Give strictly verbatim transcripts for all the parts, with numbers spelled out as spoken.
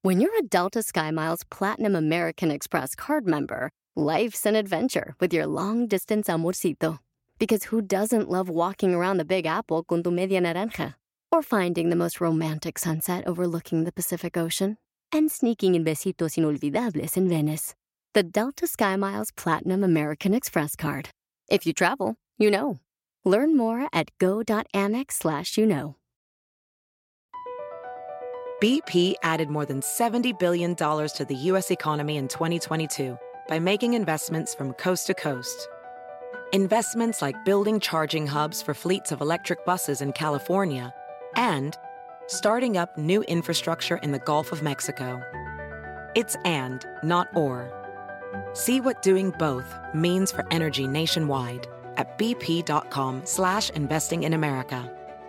When you're a Delta SkyMiles Platinum American Express card member, life's an adventure with your long-distance amorcito. Because who doesn't love walking around the Big Apple con tu media naranja? Or finding the most romantic sunset overlooking the Pacific Ocean? And sneaking in besitos inolvidables in Venice. The Delta SkyMiles Platinum American Express card. If you travel, you know. Learn more at go.amex slash you know. B P added more than seventy billion dollars to the U S economy in twenty twenty-two by making investments from coast to coast. Investments like building charging hubs for fleets of electric buses in California and starting up new infrastructure in the Gulf of Mexico. It's and, not or. See what doing both means for energy nationwide at bp.com slash investing in America.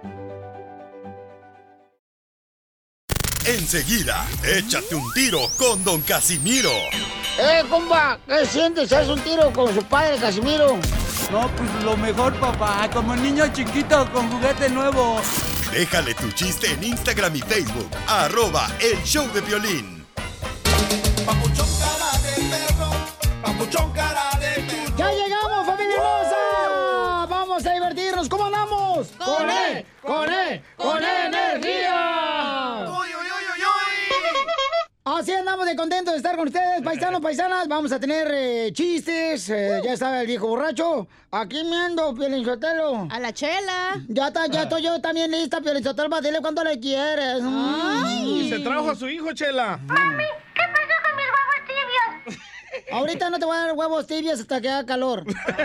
Enseguida, échate un tiro con Don Casimiro. ¡Eh, compa! ¿Qué sientes? ¿Haz un tiro con su padre, Casimiro? No, pues lo mejor, papá. Como niño chiquito con juguete nuevo. Déjale tu chiste en Instagram y Facebook. Arroba El Show de Piolín. Papuchón cara de perro, papuchón cara de perro. ¡Ya llegamos, familia hermosa! ¡Vamos a divertirnos! ¿Cómo andamos? ¡Con él! ¡Con él! ¡Con energía! ¡Uy, uy, uy, uy, uy! Así andamos de contentos de estar con ustedes, paisanos, paisanas. Vamos a tener eh, chistes. Eh, ya está el viejo borracho. Aquí me ando, Piolinsotelo. A la chela. Ya está, ya estoy yo también lista, Piolinsotelo, para dile cuánto le quieres. Ay. Y se trajo a su hijo, Chela. Mami, ¿qué pasó con mis huevos tibios? Ahorita no te voy a dar huevos tibios hasta que haga calor.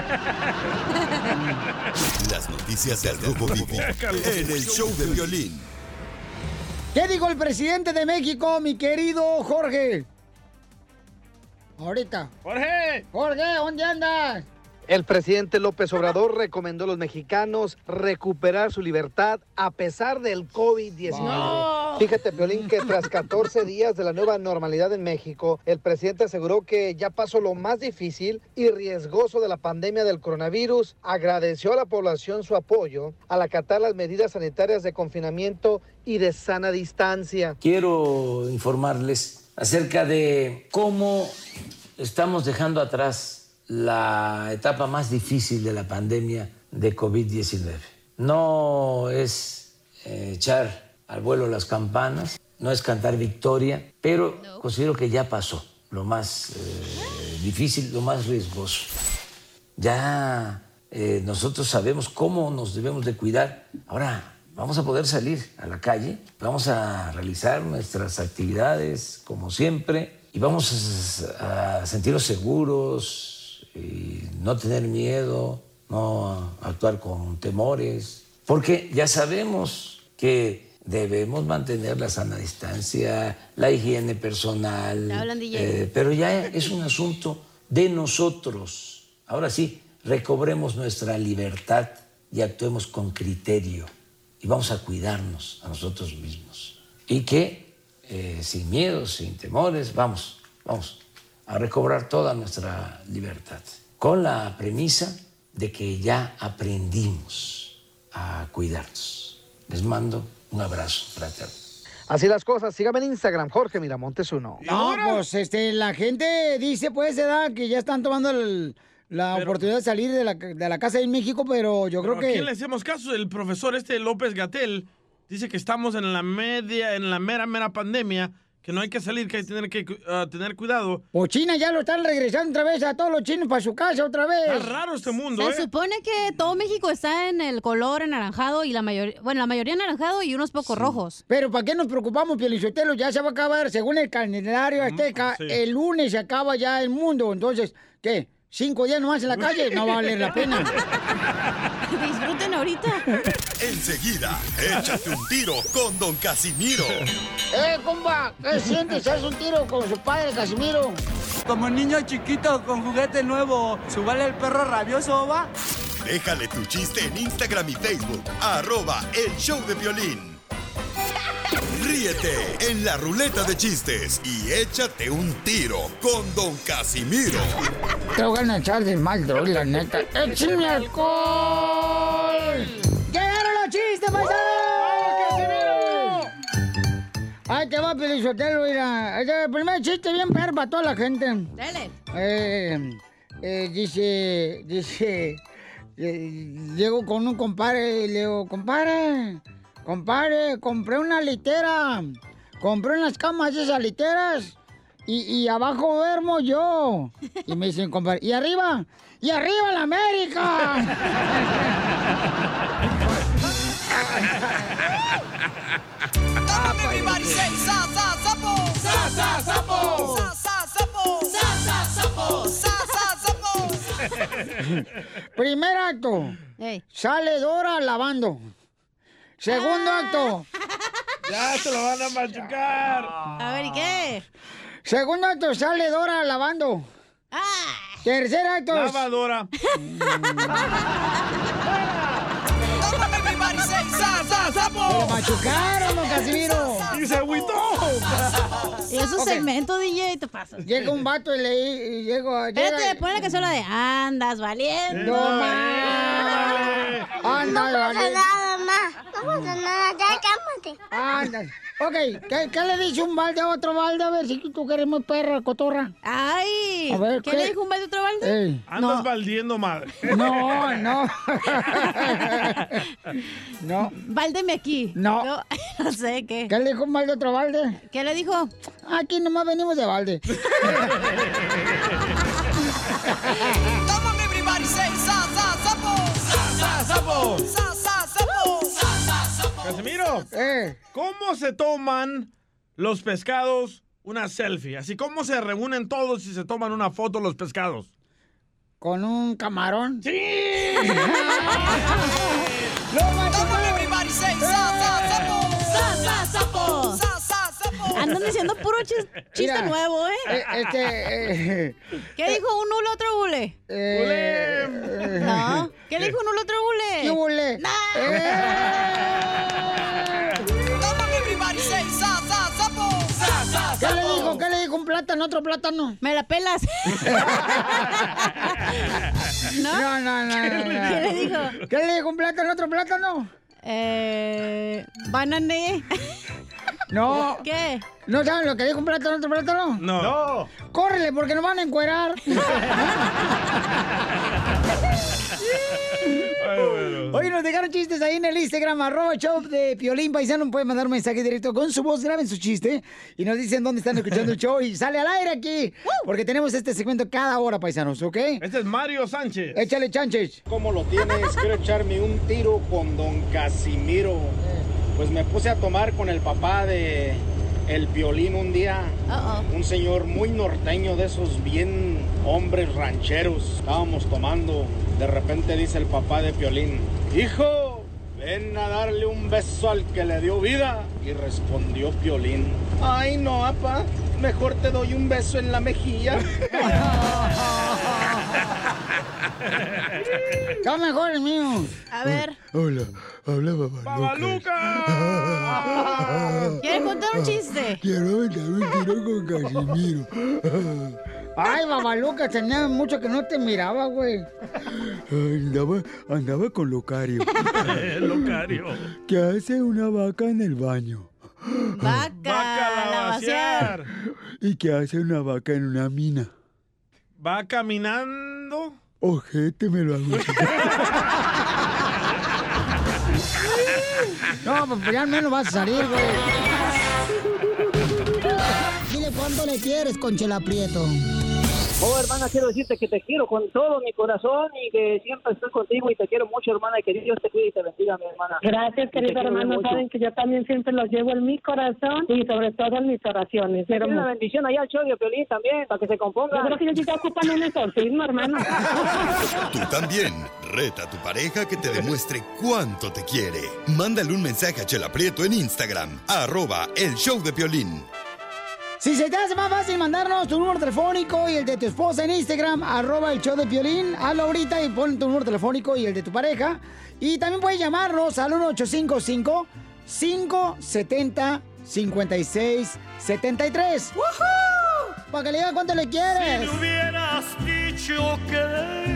Las noticias del Rojo Vivo en el Show de Piolín. ¿Qué dijo el presidente de México, mi querido Jorge? Ahorita. ¡Jorge! Jorge, ¿dónde andas? El presidente López Obrador recomendó a los mexicanos recuperar su libertad a pesar del COVID diecinueve. No. Fíjate, Piolín, que tras catorce días de la nueva normalidad en México, el presidente aseguró que ya pasó lo más difícil y riesgoso de la pandemia del coronavirus. Agradeció a la población su apoyo al acatar las medidas sanitarias de confinamiento y de sana distancia. Quiero informarles acerca de cómo estamos dejando atrás la etapa más difícil de la pandemia de COVID diecinueve. No es eh, echar al vuelo las campanas, no es cantar victoria, pero no. Considero que ya pasó lo más eh, difícil, lo más riesgoso. Ya eh, nosotros sabemos cómo nos debemos de cuidar. Ahora vamos a poder salir a la calle, vamos a realizar nuestras actividades como siempre y vamos a, a sentirnos seguros, y no tener miedo, no actuar con temores, porque ya sabemos que debemos mantener la sana distancia, la higiene personal, eh, pero ya es un asunto de nosotros. Ahora sí, recobremos nuestra libertad y actuemos con criterio y vamos a cuidarnos a nosotros mismos. Y que eh, sin miedos, sin temores, vamos, vamos. a recobrar toda nuestra libertad, con la premisa de que ya aprendimos a cuidarnos. Les mando un abrazo fraterno. Así las cosas, síganme en Instagram, Jorge Miramontes uno. No, pues este, la gente dice, pues, edad, que ya están tomando el, la pero, oportunidad de salir de la, de la casa en México, pero yo pero creo que... ¿A quién le hacemos caso? El profesor este López-Gatell dice que estamos en la media, en la mera, mera pandemia, que no hay que salir, que hay que tener, que, uh, tener cuidado. O China ya lo están regresando otra vez a todos los chinos para su casa otra vez. Está raro este mundo, Se ¿eh? supone que todo México está en el color anaranjado y la mayoría, bueno, la mayoría anaranjado y unos pocos sí. rojos. Pero ¿para qué nos preocupamos, Piolinsotelo? Ya se va a acabar, según el calendario azteca, sí. el lunes se acaba ya el mundo. Entonces, ¿qué? ¿Cinco días nomás en la calle? No va a valer la pena. Disfruten ahorita. Enseguida, échate un tiro con Don Casimiro. ¡Eh, compa! ¿Qué sientes? ¿Haz un tiro con su padre, Casimiro? Como niño chiquito con juguete nuevo. ¿Subale el perro rabioso, va? Déjale tu chiste en Instagram y Facebook. Arroba El Show de Piolín. Ríete en la ruleta de chistes y échate un tiro con Don Casimiro. Te voy a echar de mal, la neta. ¡Échame alcohol! ¡Llegaron los chistes, paisanos! ¡Casimiro! Ahí te va, Pelizotelo, mira. El primer chiste bien perro para toda la gente. Dale. Eh, eh, dice, dice, eh, llego con un compadre y le digo, compadre, compadre, compré una litera. Compré unas camas de esas literas y, y abajo duermo yo. Y me dicen, compadre, ¿y arriba? ¡Y arriba la América! Everybody say sa sa sapo. Sa sa sapo. Sa sa sapo. Sa sa sapo. Sa sa sapo. Primer acto. Hey. Sale Dora lavando. Segundo Ah. acto. Ya se lo van a machucar. A ver, ¿y qué? Segundo acto, sale Dora lavando. Ah. Tercer acto. Lavadora. Everybody say sa sa ¡Me sapo. machucaron, don Casimiro! Y se agüitó. Y es un Ok. segmento, D J, te pasas. Llega un vato y le y llego... Espérate, llega- pon la canción la de Andas Valiendo. ¡No más! ¡Anda, vale! Nada más. No pasa nada, ya cálmate. ¡Anda! Ok, ¿qué, ¿qué le dice un balde a otro balde? A ver si tú que eres muy perra, cotorra. Ay, A ver, ¿qué, ¿qué? le dijo un balde a otro balde? Ey. Andas No. baldiendo, madre. No, no. No. Báldeme aquí. No. No, no sé qué. ¿Qué le dijo un balde a otro balde? ¿Qué le dijo? Aquí nomás venimos de balde. Come on, everybody say sa sa sapo. Sa sa sapo. Sa sa sapo. Sa sa sapo. Casimiro, Eh, ¿cómo se toman los pescados una selfie? Así, ¿cómo se reúnen todos y se toman una foto los pescados? con un camarón. ¡Sí! ¡Lo Come on, machucaron! everybody say sa sa sapo. ¡Sa, sa, sapo! Sa sa sapo. Andan diciendo puro chis- chiste Mira, nuevo, ¿eh? eh, este, eh, ¿Qué dijo un hule, otro hule? eh, No. ¿Qué le dijo un hule, otro hule? ¿Qué hule? No. Eh, Come on, everybody say sa sa sapo. Sa sa ¿Qué le sapo. dijo? ¿Qué le dijo un plátano, otro plátano? ¿Me la pelas? ¿No? No, no, no, no, no. ¿Qué le dijo? ¿Qué le dijo un plátano, otro plátano? Eh... Banane. No. ¿Qué? ¿No saben lo que dijo un plátano, otro plátano? No. no. ¡Córrele, porque nos van a encuerar! Oye, nos dejaron chistes ahí en el Instagram, arroba show de Piolín Paisano. Pueden mandar un mensaje directo con su voz, graben su chiste y nos dicen dónde están escuchando el show y sale al aire aquí. Porque tenemos este segmento cada hora, paisanos, ¿ok? Este es Mario Sánchez. Échale, Chánchez. ¿Cómo lo tienes? Quiero echarme un tiro con don Casimiro. Pues me puse a tomar con el papá de el Piolín un día. Uh-oh. Un señor muy norteño, de esos bien hombres rancheros. Estábamos tomando. De repente dice el papá de Piolín: hijo, ven a darle un beso al que le dio vida. Y respondió Piolín: ay no, papá, mejor te doy un beso en la mejilla. Está mejor el mío. A ver, Hola, habla Babalucas. ¡Babaluca! ¿quieres contar un chiste? Quiero aventar un tiro con Casimiro. Ay, Babaluca, tenía mucho que no te miraba, güey. Andaba, andaba con Locario. Locario. ¿Qué hace una vaca en el baño? Vaca, Vaca a la vaciar. ¿Y qué hace una vaca en una mina? Va caminando. Ojete, me lo hago. No, pues ya al menos vas a salir, güey. Dile cuánto le quieres, Conchela Prieto. Oh, hermana, quiero decirte que te quiero con todo mi corazón y que siempre estoy contigo y te quiero mucho, hermana, y que Dios te cuide y te bendiga, mi hermana. Gracias, Y te querido quiero hermano. mucho. Saben que yo también siempre los llevo en mi corazón y sobre todo en mis oraciones. Quiero Pero una bendición allá al show de Piolín también, para que se componga. yo creo que ellos sí te ocupan un exorcismo, hermano. Tú también. Reta a tu pareja que te demuestre cuánto te quiere. Mándale un mensaje a Chela Prieto en Instagram, arroba el show de Piolín. Si se te hace más fácil mandarnos tu número telefónico y el de tu esposa en Instagram, arroba el show de Piolín, hazlo ahorita y pon tu número telefónico y el de tu pareja. Y también puedes llamarnos al uno ocho cinco cinco, cinco siete cero, cinco seis siete tres. ¡Woohoo! Para que le digas cuánto le quieres. Si me hubieras dicho que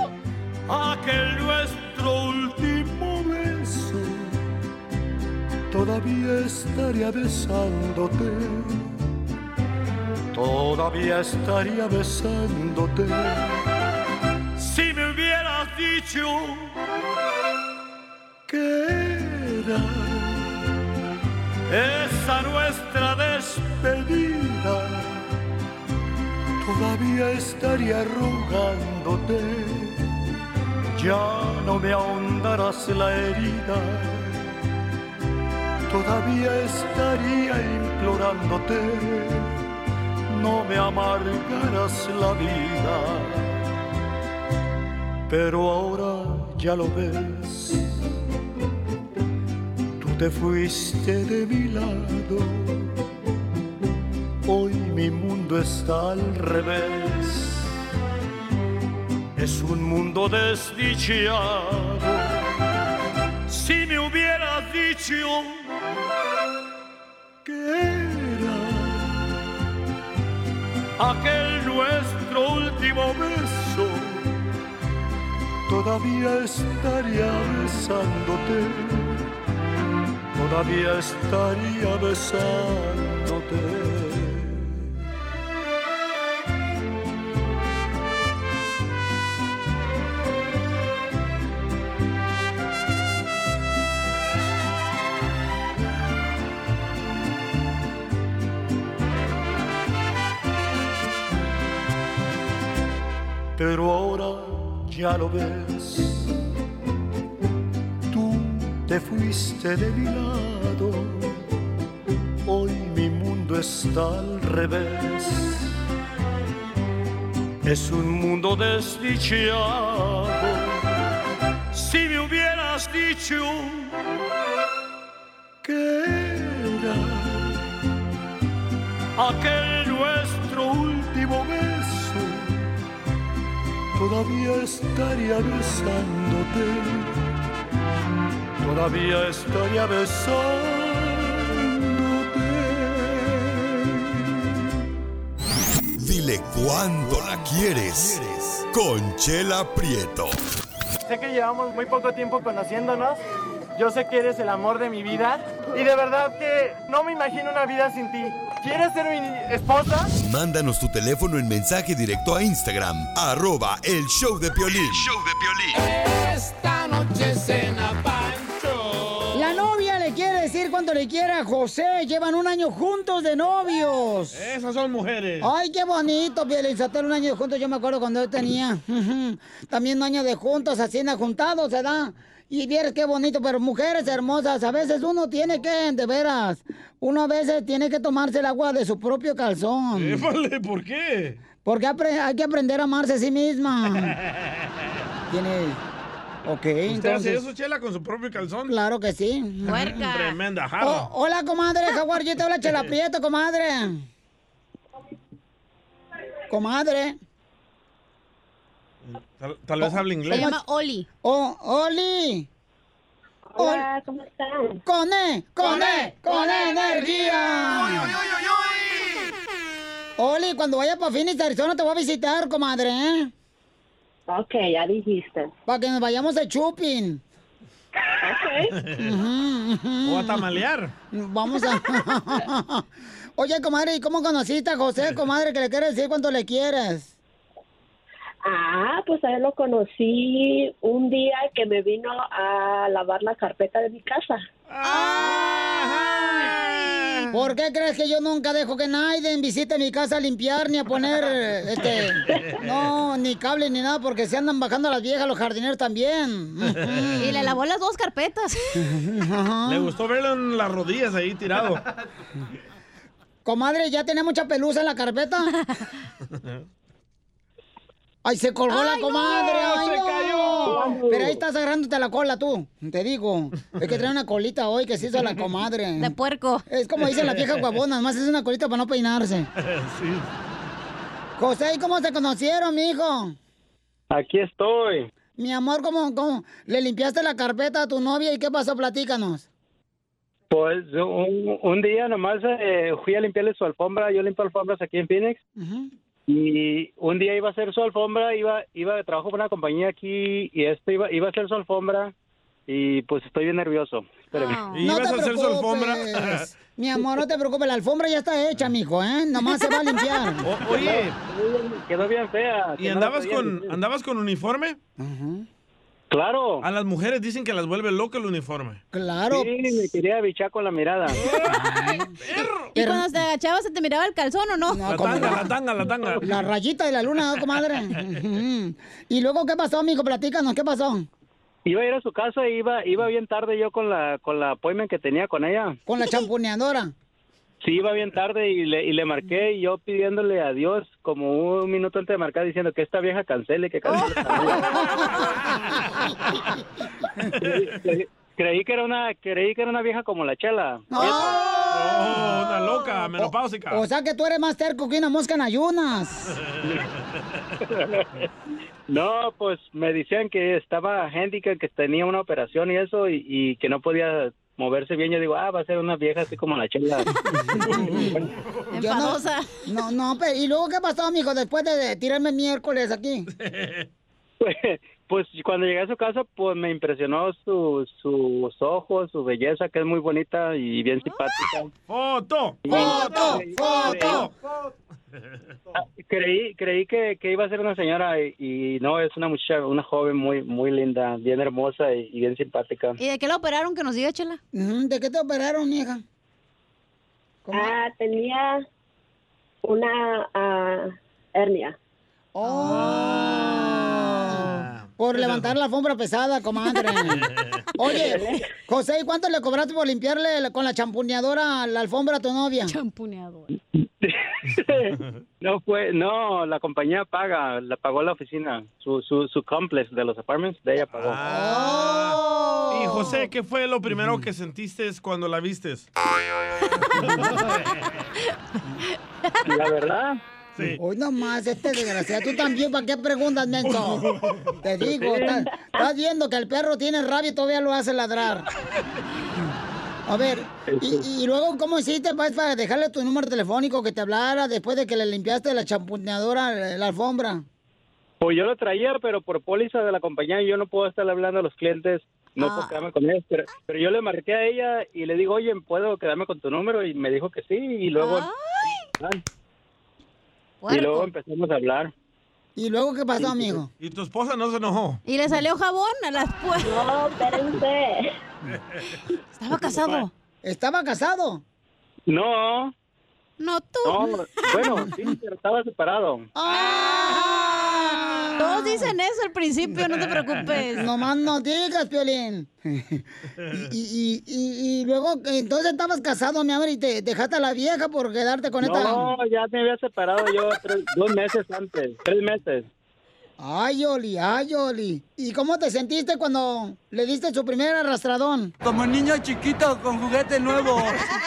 aquel nuestro último beso todavía estaría besándote, todavía estaría besándote. Si me hubieras dicho que era esa nuestra despedida, todavía estaría rogándote, ya no me ahondarás la herida, todavía estaría implorándote, no me amargarás la vida. Pero ahora ya lo ves, tú te fuiste de mi lado, hoy mi mundo está al revés, es un mundo desdichado. Si me hubieras dicho que era aquel nuestro último beso, todavía estaría besándote, todavía estaría besándote. Pero ahora ya lo ves, tú te fuiste de mi lado, hoy mi mundo está al revés, es un mundo desdichado. Si me hubieras dicho que era aquel nuestro último beso, todavía estaría besándote, todavía estaría besándote. Dile cuánto la quieres. Conchela Prieto. Sé que llevamos muy poco tiempo conociéndonos. Yo sé que eres el amor de mi vida. Y de verdad que no me imagino una vida sin ti. ¿Quieres ser mi esposa? Mándanos tu teléfono en mensaje directo a Instagram, arroba el show de Piolín. El show de Piolín. Esta noche cena Pancho. La novia le quiere decir cuánto le quiere a José. Llevan un año juntos de novios. Esas son mujeres. Ay, qué bonito, Piolín Sotelo, un año de juntos. Yo me acuerdo cuando yo tenía también un año de juntos, así en juntados, ¿verdad? Y vieras qué bonito, pero mujeres hermosas, a veces uno tiene que, de veras, uno a veces tiene que tomarse el agua de su propio calzón. Épale, ¿por qué? Porque apre- hay que aprender a amarse a sí misma. Tiene... Ok, ¿Usted entonces... hace eso, Chela, con su propio calzón? Claro que sí. Puerca. Tremenda jarra. Oh, hola, comadre, Jaguar, yo te hablo Chela Prieto, comadre. Comadre. Tal, tal vez hable inglés. Se llama Oli. Oh, Oli. Hola, ¿cómo están? Con E, con E, con E energía. Uy, uy, uy, uy, uy. Oli, cuando vaya para Phoenix, Arizona, te voy a visitar, comadre, ¿eh? Ok, ya dijiste. Para que nos vayamos de shopping. Ok. O a tamalear. Vamos a... Oye, comadre, ¿y cómo conociste a José, comadre, que le quiere decir cuánto le quieres? Ah, pues a él lo conocí un día que me vino a lavar la carpeta de mi casa. ¿Por qué crees que yo nunca dejo que nadie visite mi casa a limpiar ni a poner, este, no, ni cable ni nada, porque se andan bajando las viejas, los jardineros también? Y le lavó las dos carpetas. Le gustó verlo en las rodillas ahí tirado. Comadre, ¿ya tiene mucha pelusa en la carpeta? ¡Ay, se colgó ¡Ay, la comadre! no! ¡Ay, ¡Se no! cayó! Pero ahí estás agarrándote la cola tú, te digo. Es que trae una colita hoy que se hizo la comadre. De puerco. Es como dicen las viejas huevonas, más es una colita para no peinarse. Sí. José, ¿y cómo se conocieron, mijo? Aquí estoy. Mi amor, ¿cómo, cómo? ¿Le limpiaste la carpeta a tu novia y qué pasó? Platícanos. Pues un, un día nomás eh, fui a limpiarle su alfombra. Yo limpio alfombras aquí en Phoenix. Ujú. Y un día iba a hacer su alfombra, iba iba de trabajo con una compañía aquí y este iba iba a hacer su alfombra y pues estoy bien nervioso. Espéreme. ¿Y No ibas te a hacer su alfombra? preocupes. Mi amor, no te preocupes, la alfombra ya está hecha, mijo, ¿eh? Nomás se va a limpiar. O- oye, Quedó bien fea. ¿y que no andabas la podía con, andabas con uniforme? Claro. A las mujeres dicen que las vuelve loco el uniforme. Claro. Sí, me quería bichar con la mirada. ¿Y cuando te agachabas se te miraba el calzón o no? La tanga, la tanga, la tanga. La rayita de la luna, ¿no, comadre? Ujú. ¿Y luego qué pasó, amigo? Platícanos, ¿qué pasó? Iba a ir a su casa y iba, iba bien tarde yo con la, con la appointment que tenía con ella. Con la champuneadora. Sí, iba bien tarde y le, y le marqué y yo pidiéndole a Dios como un minuto antes de marcar diciendo que esta vieja cancele, que cancele. creí, creí- creí que era una, creí que era una vieja como la Chela. Oh, una loca, menopáusica. O sea que tú eres más terco que una mosca en ayunas. No, pues me decían que estaba handicap, que tenía una operación y eso y, y que no podía moverse bien. Yo digo, ah, va a ser una vieja así como la Chela. Yo no, no, no, pero ¿y luego qué pasó, amigo, después de, de tirarme miércoles aquí? Pues, pues cuando llegué a su casa, pues me impresionó su, sus ojos, su belleza, que es muy bonita y bien simpática. ¡Foto! ¡Foto! ¡Foto! Ah, Creí, creí que, que iba a ser una señora y, y no, es una muchacha, una joven muy, muy linda, bien hermosa y, y bien simpática. ¿Y de qué la operaron que nos diga, Chela? ¿De qué te operaron, hija? Ah, tenía una ah, hernia. Por levantar la alfombra pesada, comadre. Oye, José, ¿y cuánto le cobraste por limpiarle la- con la champuneadora la alfombra a tu novia? Champuneadora. No fue, no, la compañía paga, la pagó la oficina, su, su, su complex de los apartments de ella pagó. Ah. Y José, ¿qué fue lo primero que sentiste cuando la vistes? La verdad. Sí. Hoy nomás, este desgraciado. Tú también, ¿para qué preguntas, menso? Te digo, Sí. estás, estás viendo que el perro tiene rabia y todavía lo hace ladrar. A ver, y, y luego, ¿cómo hiciste pues, para dejarle tu número telefónico que te hablara después de que le limpiaste la champuneadora, la, la alfombra? Pues yo lo traía, pero por póliza de la compañía yo no puedo estar hablando a los clientes, no puedo quedarme con ellos. Pero, pero yo le marqué a ella y le digo, oye, ¿puedo quedarme con tu número? Y me dijo que sí, y luego... Y luego empezamos a hablar. ¿Y luego qué pasó, amigo? ¿Y tu esposa no se enojó? ¿Y le salió jabón a las puertas? No, espérense. ¿Estaba casado? ¿Estaba casado? No, No, tú. no, bueno, sí, pero estaba separado. Todos dicen eso al principio, no te preocupes. Nomás no digas, Piolín. Y, y, y, y luego, entonces estabas casado, mi amor, y te dejaste a la vieja por quedarte con esta... No, ya me había separado yo tres- dos meses antes, tres meses. Ay, Oli, ay, Oli. ¿Y cómo te sentiste cuando le diste su primer arrastradón? Como niño chiquito con juguete nuevo.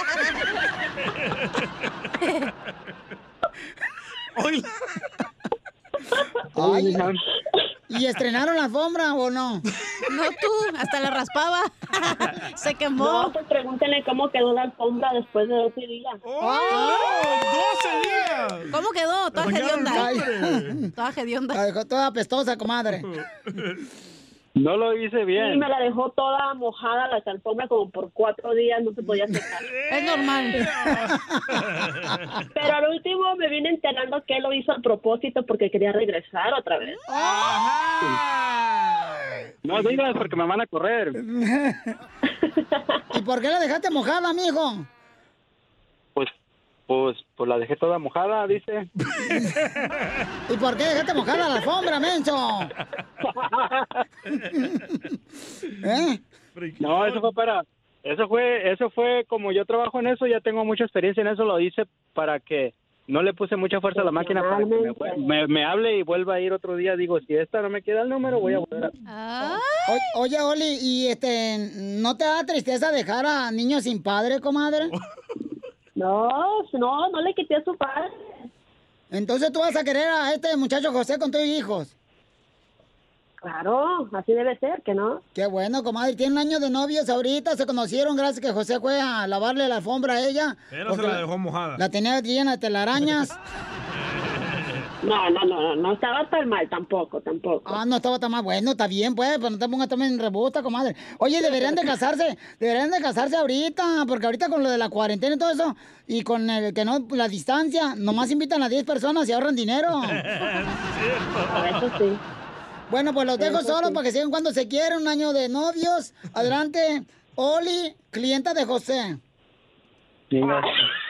Ay, ¿y estrenaron la alfombra o no? No tú, hasta la raspaba. Se quemó. No, pues pregúntenle cómo quedó la alfombra después de doce días. ¡doce días! ¿Cómo quedó? Toda hedionda. Toda hedionda. La dejó toda apestosa, comadre. No lo hice bien. Y me la dejó toda mojada la alfombra como por cuatro días, no se podía secar. Es normal. Pero al último me vine enterando que él lo hizo a propósito porque quería regresar otra vez. No digas porque me van a correr. ¿Y por qué la dejaste mojada, mijo? Pues, pues, pues la dejé toda mojada, dice. ¿Y por qué dejaste mojada la alfombra, menso? ¿Eh? No, eso fue para, eso fue, eso fue como yo trabajo en eso, ya tengo mucha experiencia en eso, lo hice para que no le puse mucha fuerza a la máquina para que me, me, me hable y vuelva a ir otro día. Digo, si esta no me queda el número, voy a volver a... O- oye, Oli, ¿y este, no te da tristeza dejar a niños sin padre, comadre? No, no, no le quité a su padre. Entonces tú vas a querer a este muchacho José con tus hijos. Claro, así debe ser, ¿que no? Qué bueno, comadre. Tiene un año de novios ahorita. Se conocieron gracias a que José fue a lavarle la alfombra a ella. Pero se porque la dejó mojada. La tenía llena de telarañas. No, no, no, no, no estaba tan mal tampoco, tampoco. Ah, no estaba tan mal. Bueno, está bien, pues, pero no te pongas también en rebosta, comadre. Oye, deberían de casarse, deberían de casarse ahorita, porque ahorita con lo de la cuarentena y todo eso, y con el que no, la distancia, nomás invitan a diez personas y ahorran dinero. Eso sí. Bueno, pues los dejo Eso solos sí. para que sigan cuando se quieran, un año de novios. Adelante, Oli, clienta de José. Venga,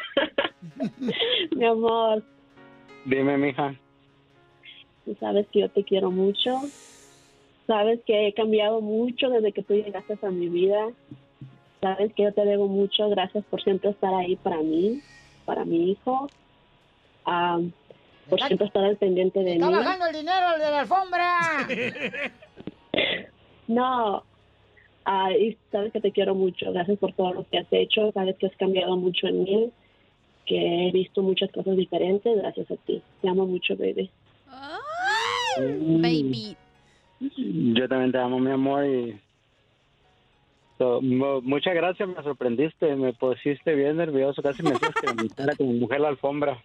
Mi amor, dime, mija. tú sabes que yo te quiero mucho. Sabes que he cambiado mucho desde que tú llegaste a mi vida. Sabes que yo te debo mucho. Gracias por siempre estar ahí para mí, para mi hijo. Ah, por siempre estar al pendiente de Está mí. bajando el dinero el de la alfombra. No, ah, y sabes que te quiero mucho. Gracias por todo lo que has hecho. Sabes que has cambiado mucho en mí, que he visto muchas cosas diferentes gracias a ti. Te amo mucho, baby. Baby. Yo también te amo, mi amor, y so, mu- muchas gracias, me sorprendiste, me pusiste bien nervioso, casi me hacías que me gritara como mujer la alfombra.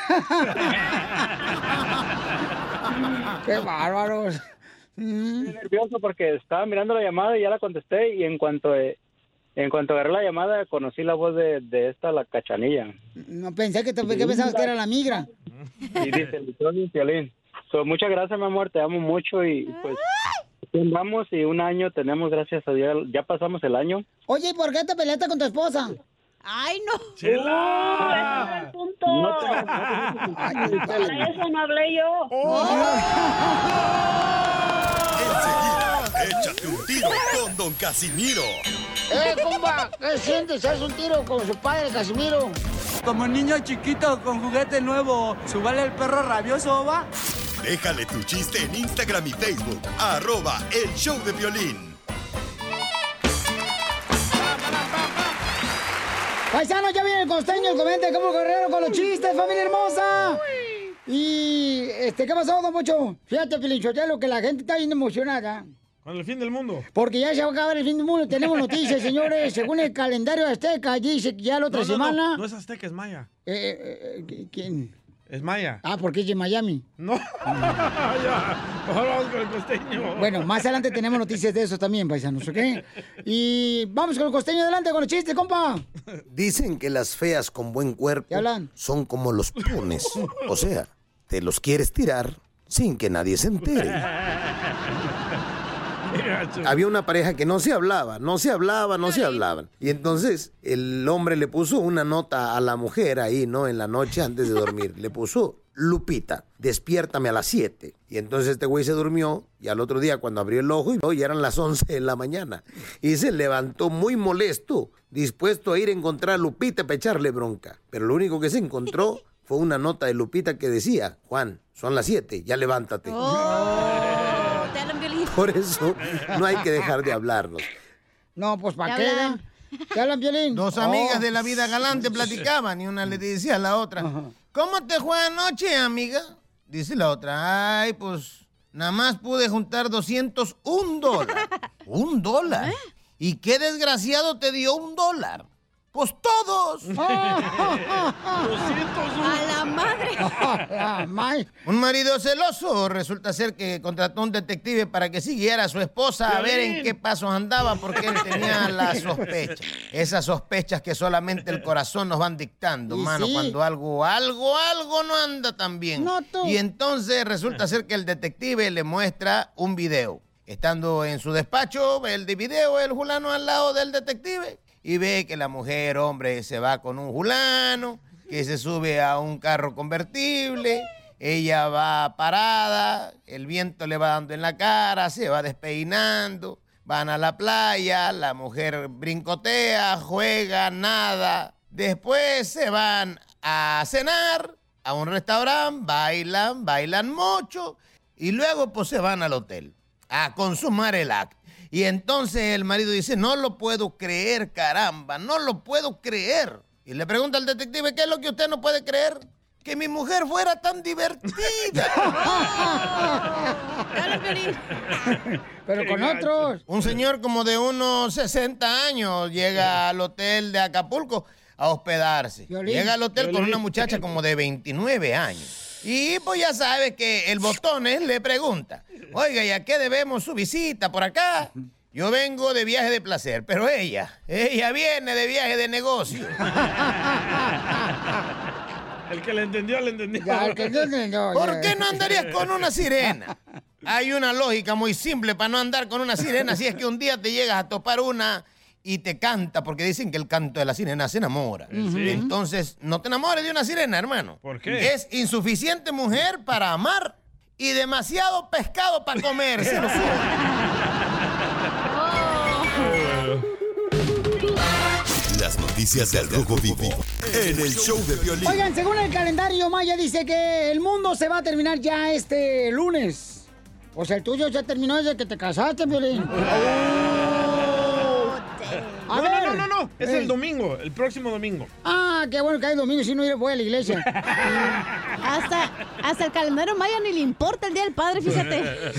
¡Qué bárbaros! Estoy nervioso porque estaba mirando la llamada y ya la contesté, y en cuanto eh, en cuanto agarré la llamada conocí la voz de, de esta, la Cachanilla, No pensé que, te, que pensabas que era la migra. y dice, el Tony Piolín. So, muchas gracias, mi amor, te amo mucho, y pues vamos, y un año tenemos, gracias a Dios, ya pasamos el año. Oye, ¿y por qué te peleaste con tu esposa? ¡Ay, no! ¡Chela! punto! No te- Para eso no hablé yo. Enseguida, échate un tiro con Don Casimiro. ¡Eh, compa! ¿Qué sientes? ¿Haz un tiro con su padre, Casimiro? Como niño chiquito con juguete nuevo, ¿subale el perro rabioso, va? Déjale tu chiste en Instagram y Facebook, arroba el show de violín. Paisanos, ya viene el costeño, el comediante de Acapulco Guerrero con los chistes, familia hermosa. Y, este, ¿qué pasó, don Pocho? Fíjate, Pilinchotelo, que la gente está bien emocionada. Con el fin del mundo. Porque ya se va a acabar el fin del mundo. Tenemos noticias, señores. Según el calendario azteca, dice que ya la otra No, no, semana... No, no es azteca, es maya. Eh, eh, eh, ¿Quién? Es maya. Ah, porque es de Miami. No, ya. Mejor vamos con el costeño. Bueno, más adelante tenemos noticias de eso también, paisanos, ¿ok? Y vamos con el costeño adelante con los chistes, compa. Dicen que las feas con buen cuerpo ¿Qué hablan? son como los punes. O sea, te los quieres tirar sin que nadie se entere. Había una pareja que no se hablaba, no se hablaba, no se hablaban. Y entonces el hombre le puso una nota a la mujer ahí, ¿no? En la noche antes de dormir. Le puso, Lupita, despiértame a las siete. Y entonces este güey se durmió y al otro día cuando abrió el ojo y ya eran las once de la mañana. Y se levantó muy molesto, dispuesto a ir a encontrar a Lupita para echarle bronca. Pero lo único que se encontró fue una nota de Lupita que decía, Juan, son las siete, ya levántate. Oh, te hablan, Piolín. Por eso no hay que dejar de hablarnos. No, pues ¿para ¿Qué qué? hablan? ¿Qué hablan, Piolín? Dos amigas de la vida galante platicaban y una le decía a la otra, ¿cómo te fue anoche, amiga? Dice la otra, ay, pues nada más pude juntar doscientos un dólares. ¿Un dólar? ¿Y qué desgraciado te dio un dólar? Pues todos. ¡A la madre! Un marido celoso resulta ser que contrató un detective para que siguiera a su esposa a ver en qué pasos andaba porque él tenía la sospecha. Esas sospechas que solamente el corazón nos van dictando, Y mano, sí. cuando algo, algo, algo no anda tan bien. No, tú. Y entonces resulta ser que el detective le muestra un video. Estando en su despacho, ve el de video, el fulano al lado del detective y ve que la mujer, hombre, se va con un fulano, que se sube a un carro convertible, ella va parada, el viento le va dando en la cara, se va despeinando, van a la playa, la mujer brincotea, juega, nada, después se van a cenar a un restaurante, bailan, bailan mucho y luego pues se van al hotel a consumar el acto. Y entonces el marido dice, no lo puedo creer, caramba, no lo puedo creer. Y le pregunta al detective, ¿qué es lo que usted no puede creer? Que mi mujer fuera tan divertida. Pero con otros. Un señor como de unos sesenta años llega al hotel de Acapulco a hospedarse. Violín. Llega al hotel con Violín. una muchacha como de veintinueve años. Y pues ya sabes que el Botones le pregunta, oiga, ¿y a qué debemos su visita por acá? Yo vengo de viaje de placer, pero ella, ella viene de viaje de negocio. El que le entendió, le entendió. Ya, el que le entendió, ya. ¿Por qué no andarías con una sirena? Hay una lógica muy simple para no andar con una sirena si es que un día te llegas a topar una y te canta, porque dicen que el canto de la sirena se enamora. Sí. Entonces, no te enamores de una sirena, hermano. ¿Por qué? Es insuficiente mujer para amar y demasiado pescado para comer. Se lo juro. Las noticias del Rojo Vivo en el show de Piolín. Oigan, según el calendario maya dice que el mundo se va a terminar ya este lunes. O sea, el tuyo ya terminó desde que te casaste, Piolín. A no, ver. no, no, no, no. Es Eh. el domingo, el próximo domingo. Ah, qué bueno que hay domingo, si no voy a la iglesia. Hasta, hasta el calendario maya ni le importa el Día del Padre, fíjate.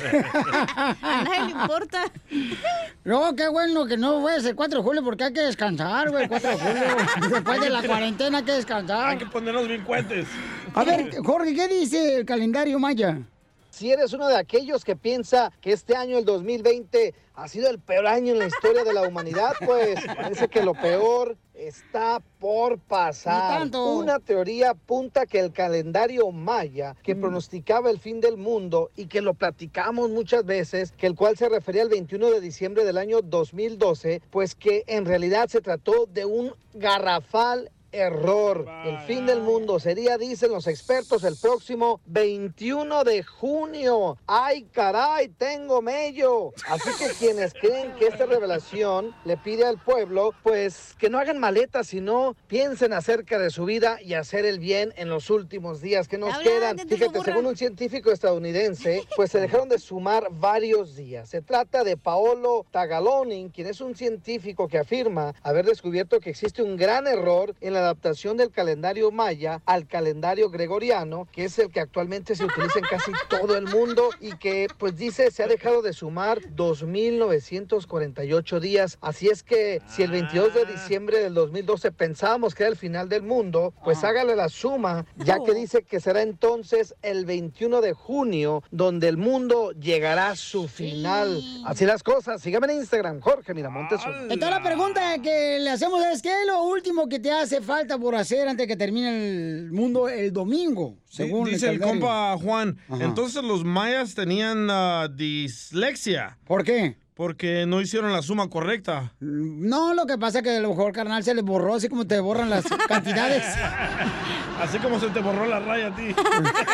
A nadie le importa. No, qué bueno que no voy a ser cuatro de julio porque hay que descansar, güey, cuatro de julio. Después de la cuarentena hay que descansar. Hay que ponernos bien cuentes. A ver, Jorge, ¿qué dice el calendario maya? Si eres uno de aquellos que piensa que este año, el dos mil veinte, ha sido el peor año en la historia de la humanidad, pues parece que lo peor está por pasar. Ni tanto. Una teoría apunta que el calendario maya, que pronosticaba el fin del mundo y que lo platicamos muchas veces, que el cual se refería al veintiuno de diciembre del año dos mil doce, pues que en realidad se trató de un garrafal error. El fin del mundo sería, dicen los expertos, el próximo veintiuno de junio. ¡Ay, caray! ¡Tengo mello! Así que quienes creen que esta revelación le pide al pueblo, pues que no hagan maletas, sino piensen acerca de su vida y hacer el bien en los últimos días que nos Habla, quedan. detente, Fíjate, burra. según un científico estadounidense, pues se dejaron de sumar varios días. Se trata de Paolo Tagalonin, quien es un científico que afirma haber descubierto que existe un gran error en la adaptación del calendario maya al calendario gregoriano, que es el que actualmente se utiliza en casi todo el mundo y que, pues dice, se ha dejado de sumar dos mil novecientos cuarenta y ocho días. Así es que si el veintidós de diciembre del dos mil doce pensábamos que era el final del mundo, pues hágale la suma, ya que dice que será entonces el veintiuno de junio donde el mundo llegará a su final. Así las cosas. Sígame en Instagram, Jorge Miramontes. Entonces la pregunta que le hacemos es, ¿qué es lo último que te hace falta por hacer antes de que termine el mundo el domingo? Según Dice el calendario? compa Juan, Ajá. entonces los mayas tenían ah, dislexia. ¿Por qué? Porque no hicieron la suma correcta. No, lo que pasa es que a lo mejor, carnal, se les borró, así como te borran las cantidades. Así como se te borró la raya a ti.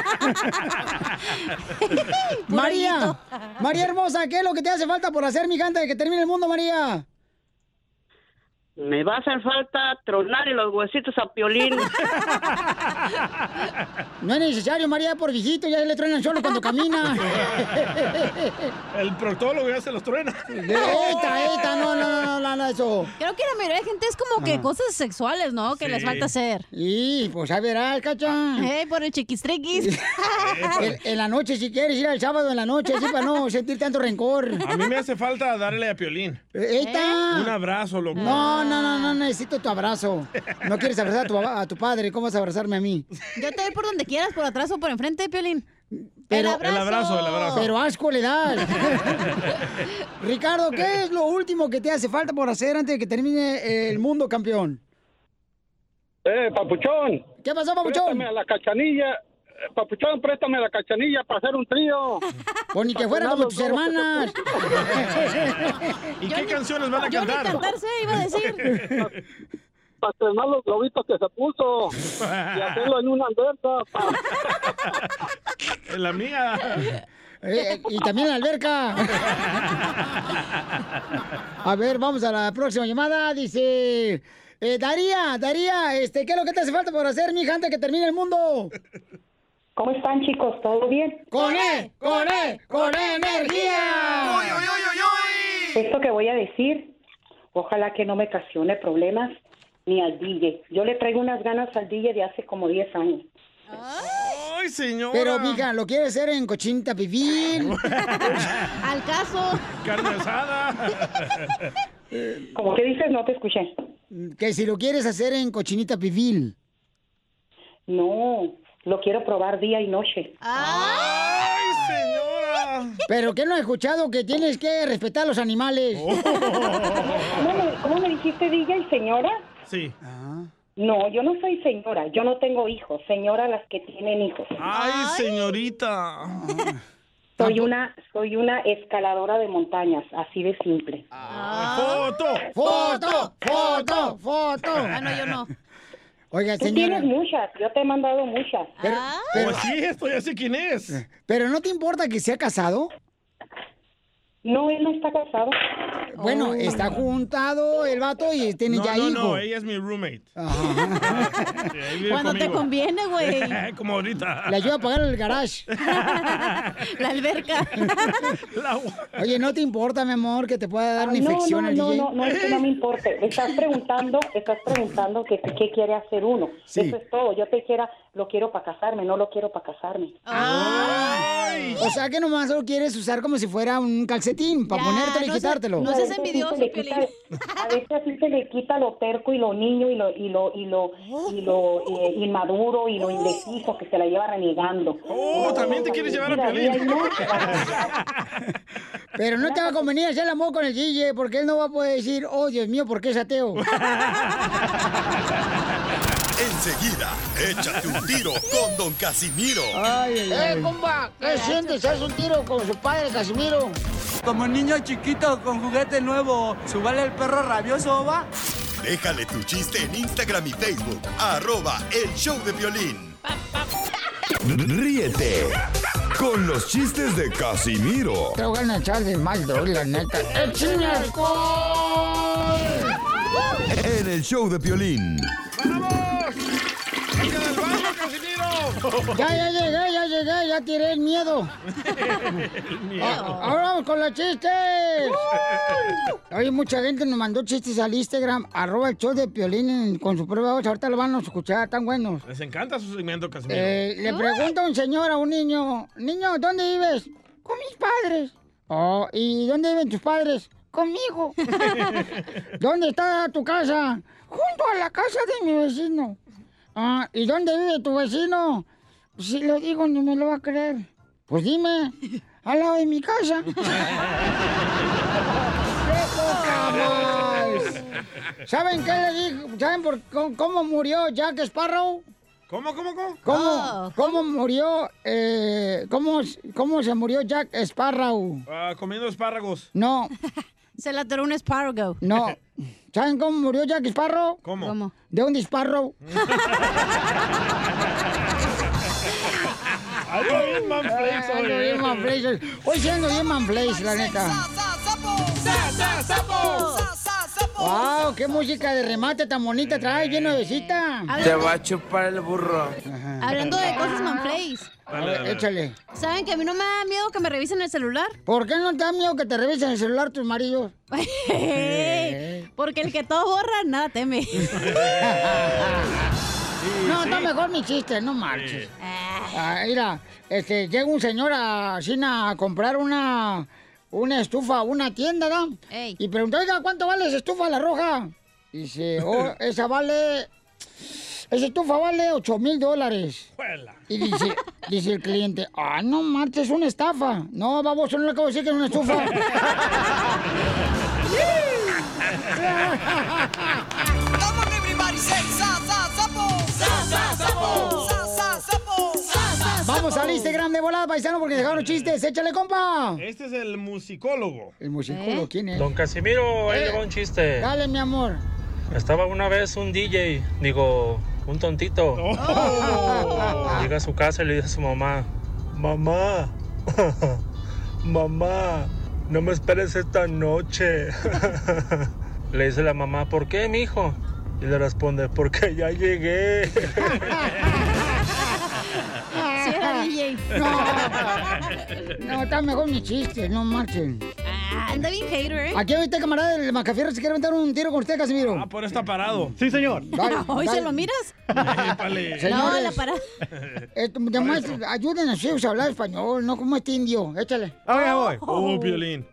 María, María hermosa, ¿qué es lo que te hace falta por hacer, mi antes de que termine el mundo, María? Me va a hacer falta tronarle los huesitos a Piolín. No es necesario, María, por viejito, ya le truenan solo cuando camina. El proctólogo ya se los truena. Eita, eita, no, no, no, no, no, eso. Creo que la mayoría de gente es como que Ajá. cosas sexuales, ¿no? Que Sí. les falta hacer. Y pues ya verás, cacha. Eh, por el chiquistriquis. En, en la noche, si quieres ir al sábado en la noche, así para no sentir tanto rencor. A mí me hace falta darle a Piolín. Eita. Un abrazo, loco. No, no, no, no necesito tu abrazo. No quieres abrazar a tu, a tu padre, ¿cómo vas a abrazarme a mí? Yo te voy por donde quieras, por atrás o por enfrente, Piolín. Pero- el abrazo. El abrazo, el abrazo. Pero asco le das. Ricardo, ¿qué es lo último que te hace falta por hacer antes de que termine el mundo, campeón? Eh, papuchón. ¿Qué pasó, papuchón? Préstame a la cachanilla. Eh, Papuchón, préstame a la cachanilla para hacer un trío. Pues ni que fuera como tus hermanas. ¿Y qué canciones van a Yo ni cantar? cantarse, iba a decir. Para estrenar los globitos que se puso. Y hacerlo en una alberca. En la mía. Eh, y también en la alberca. A ver, vamos a la próxima llamada. Dice... Eh, Daría, Daría, este, ¿qué es lo que te hace falta por hacer, mija, antes de que termine el mundo? ¿Cómo están, chicos? ¿Todo bien? ¡Con E! ¡Con E! ¡Con E energía! ¡Uy, uy, uy, uy, uy! Esto que voy a decir, ojalá que no me ocasione problemas ni al D J. Yo le traigo unas ganas al D J de hace como diez años. ¡Ay, señora! Pero, mija, ¿lo quieres hacer en cochinita pibil? Al caso. Carne asada. ¿Cómo que dices? No te escuché. Que si lo quieres hacer en cochinita pibil. No, Lo quiero probar día y noche. ¡Ay, señora! ¿Pero qué no he escuchado? Que tienes que respetar a los animales. ¿Cómo, me, ¿Cómo me dijiste, D J, señora? Sí. No, yo no soy señora. Yo no tengo hijos. Señora las que tienen hijos. ¡Ay, señorita! Soy una, soy una escaladora de montañas, así de simple. ¡Foto! ¡Foto! ¡Foto! ¡Foto! Ah, no, yo no. Oiga, Tú señora. tienes muchas, yo te he mandado muchas. Pero, pero, Pues sí, esto ya sé quién es. pero ¿no te importa que sea casado? No, él no está casado. Bueno, Oh. está juntado el vato y tiene No, ya no, hijo. no, ella es mi roommate. Sí, ahí vive Cuando te conmigo. conviene, güey. Como ahorita. Le ayuda a pagar el garage. La alberca. Oye, ¿no te importa, mi amor, que te pueda dar una Ay, no, infección no, al no, D J? no, no, es que no me importa. Estás preguntando, estás preguntando que qué quiere hacer uno. Sí. Eso es todo. Yo te dijera, lo quiero para casarme, no lo quiero para casarme. Ay. O sea que nomás lo quieres usar como si fuera un calcetín, para Ya, ponértelo y no se- quitártelo. no seas envidioso, A veces así se le quita lo terco y lo niño y lo y lo y lo y lo eh, inmaduro y lo indeciso que se la lleva renegando. Oh, también te quieres llevar a Piolín. Pero no te va a convenir hacer el amor con el D J, porque él no va a poder decir, oh, Dios mío, ¿por qué es ateo? Enseguida, échate un tiro con Don Casimiro. Ay, ay, ay. ¡Eh, compa! ¿Qué sientes? ¿Haz un tiro con su padre, Casimiro? Como niño chiquito con juguete nuevo, ¿subale el perro rabioso, va? Déjale tu chiste en Instagram y Facebook, arroba el show de Piolín. Ríete con los chistes de Casimiro Te voy a echar de mal, doy, la neta. ¡Échame alcohol! en el show de Piolín. Ya, ya llegué, ya llegué, ya tiré el miedo. Ah, ahora vamos con los chistes. Oye, mucha gente nos mandó chistes al Instagram, arroba el show de Piolín en- con su prueba voz. Ahorita lo van a escuchar, tan buenos. Les encanta su segmento, Casimiro. Eh, le pregunta un señor a un niño, niño, ¿dónde vives? Con mis padres. Oh, ¿y dónde viven tus padres? Conmigo. ¿Dónde está tu casa? Junto a la casa de mi vecino. Ah, ¿y dónde vive tu vecino? Pues si lo digo, ni me lo va a creer. Pues dime, al lado de mi casa. ¡Qué poca más! ¿Saben qué le dijo? ¿Saben por cómo, cómo murió Jack Sparrow? ¿Cómo, cómo, cómo? ¿Cómo, Oh. cómo murió, eh, cómo, cómo se murió Jack Sparrow? Ah, comiendo espárragos. No, Se la atoró un espárrago. no. ¿Saben cómo murió Jack Sparrow? ¿Cómo? ¿Cómo? De un disparo. Ando bien manflays hoy, Ando eh. bien manflays. Hoy sí ando bien manflays, la neta. ¡Wow! ¡Qué música de remate tan bonita trae, bien nuevecita! Te va a chupar el burro. Hablando de cosas manflays. A ver, échale. ¿Saben que a mí no me da miedo que me revisen el celular? ¿Por qué no te da miedo que te revisen el celular tus maridos? Porque el que todo borra, nada teme. No, está mejor mi chiste, no marches. Ah, mira, este, llega un señor a China a comprar una, una estufa a una tienda, ¿no? Ey. Y preguntó, oiga, ¿cuánto vale esa estufa, la roja? Dice, oh, esa vale... Esa estufa vale ocho mil dólares. Y dice, dice el cliente, ah, no marches, es una estafa. No, baboso, no le acabo de decir que es una estufa. Come on, everybody, say sa, sa, sapo. Sa, sa, sapo. Sa, sa, sapo. Sa, sa, sapo. Vamos al Instagram de volada, paisano, porque dejaron chistes. Échale, compa. Este es el musicólogo. El musicólogo, ¿quién es? Don Casimiro, ahí Eh. le va un chiste. Dale, mi amor. Estaba una vez un D J, digo, un tontito. Llega a su casa y le dice a su mamá, mamá, mamá, no me esperes esta noche. Le dice la mamá, ¿por qué, mijo? Y le responde, porque ya llegué. Sí, era D J. No, no, está mejor mi chiste, no marchen. Anda bien hater, ¿eh? Aquí ahorita, camarada del Macafierro, se quiere aventar un tiro con usted, Casimiro. Ah, por está parado. Sí, señor. Dale, ¿Hoy dale. se lo miras? Épale. No, Señores, la parada. eh, además, ayuden a sus a hablar español, no como este indio. Échale. Oye, voy. Oh, Piolín.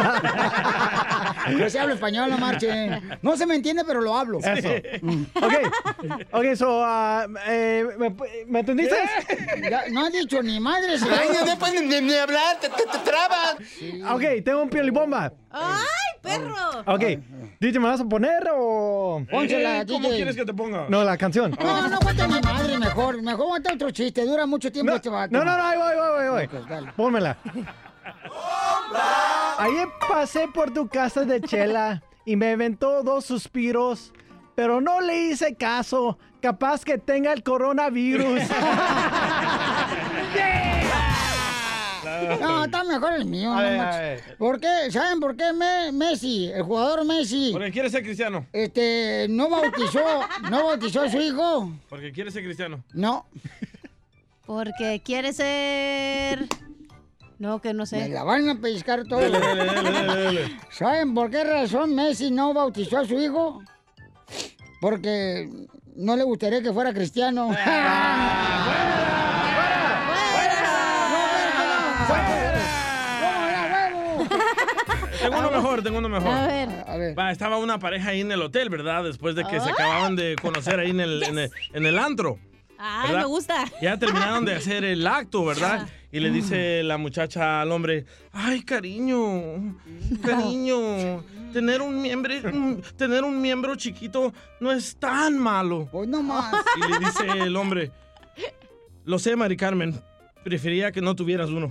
Yo sí hablo español, no marchen. No se me entiende, pero lo hablo. Eso. Ok. Ok, so, uh, eh, ¿me, ¿me entendiste? Ya, no ha dicho ni madre. Se Ay, no puedes ni, ni hablar, te, te, te trabas. Sí. Ok, tengo un piolibomba. ¡Ay, perro! Ok. D J, ¿me vas a poner o...? Pónsela, Eh, ¿Cómo D J. quieres que te ponga? No, la canción. No, no cuenta mi madre, mejor. Mejor cuenta otro chiste. Dura mucho tiempo No, este vato. no, no, no, ahí voy, voy, voy, voy. Ok, dale. Pónmela. Ayer pasé por tu casa de Chela y me aventó dos suspiros, pero no le hice caso. Capaz que tenga el coronavirus. No, está mejor el mío. A no ver, a manches. ver. ¿Por qué? ¿Saben por qué Me- Messi, el jugador Messi, Porque quiere ser cristiano. este, no bautizó, no bautizó a su hijo? Porque quiere ser cristiano. No, Porque quiere ser... No, que no me sé. la van a pellizcar todo. Dale, dale, dale, dale, dale. ¿Saben por qué razón Messi no bautizó a su hijo? Porque no le gustaría que fuera cristiano. Tengo uno mejor, tengo uno mejor. A ver. A ver. Va, estaba una pareja ahí en el hotel, ¿verdad? Después de que se acababan de conocer ahí en el, en el, en el antro. Ay, ¿verdad? me gusta. Ya terminaron de hacer el acto, ¿verdad? Y le dice la muchacha al hombre, ay, cariño, cariño, tener un miembro, un- tener un miembro chiquito no es tan malo. Pues no más. Y le dice el hombre, lo sé, Mari Carmen, prefería que no tuvieras uno.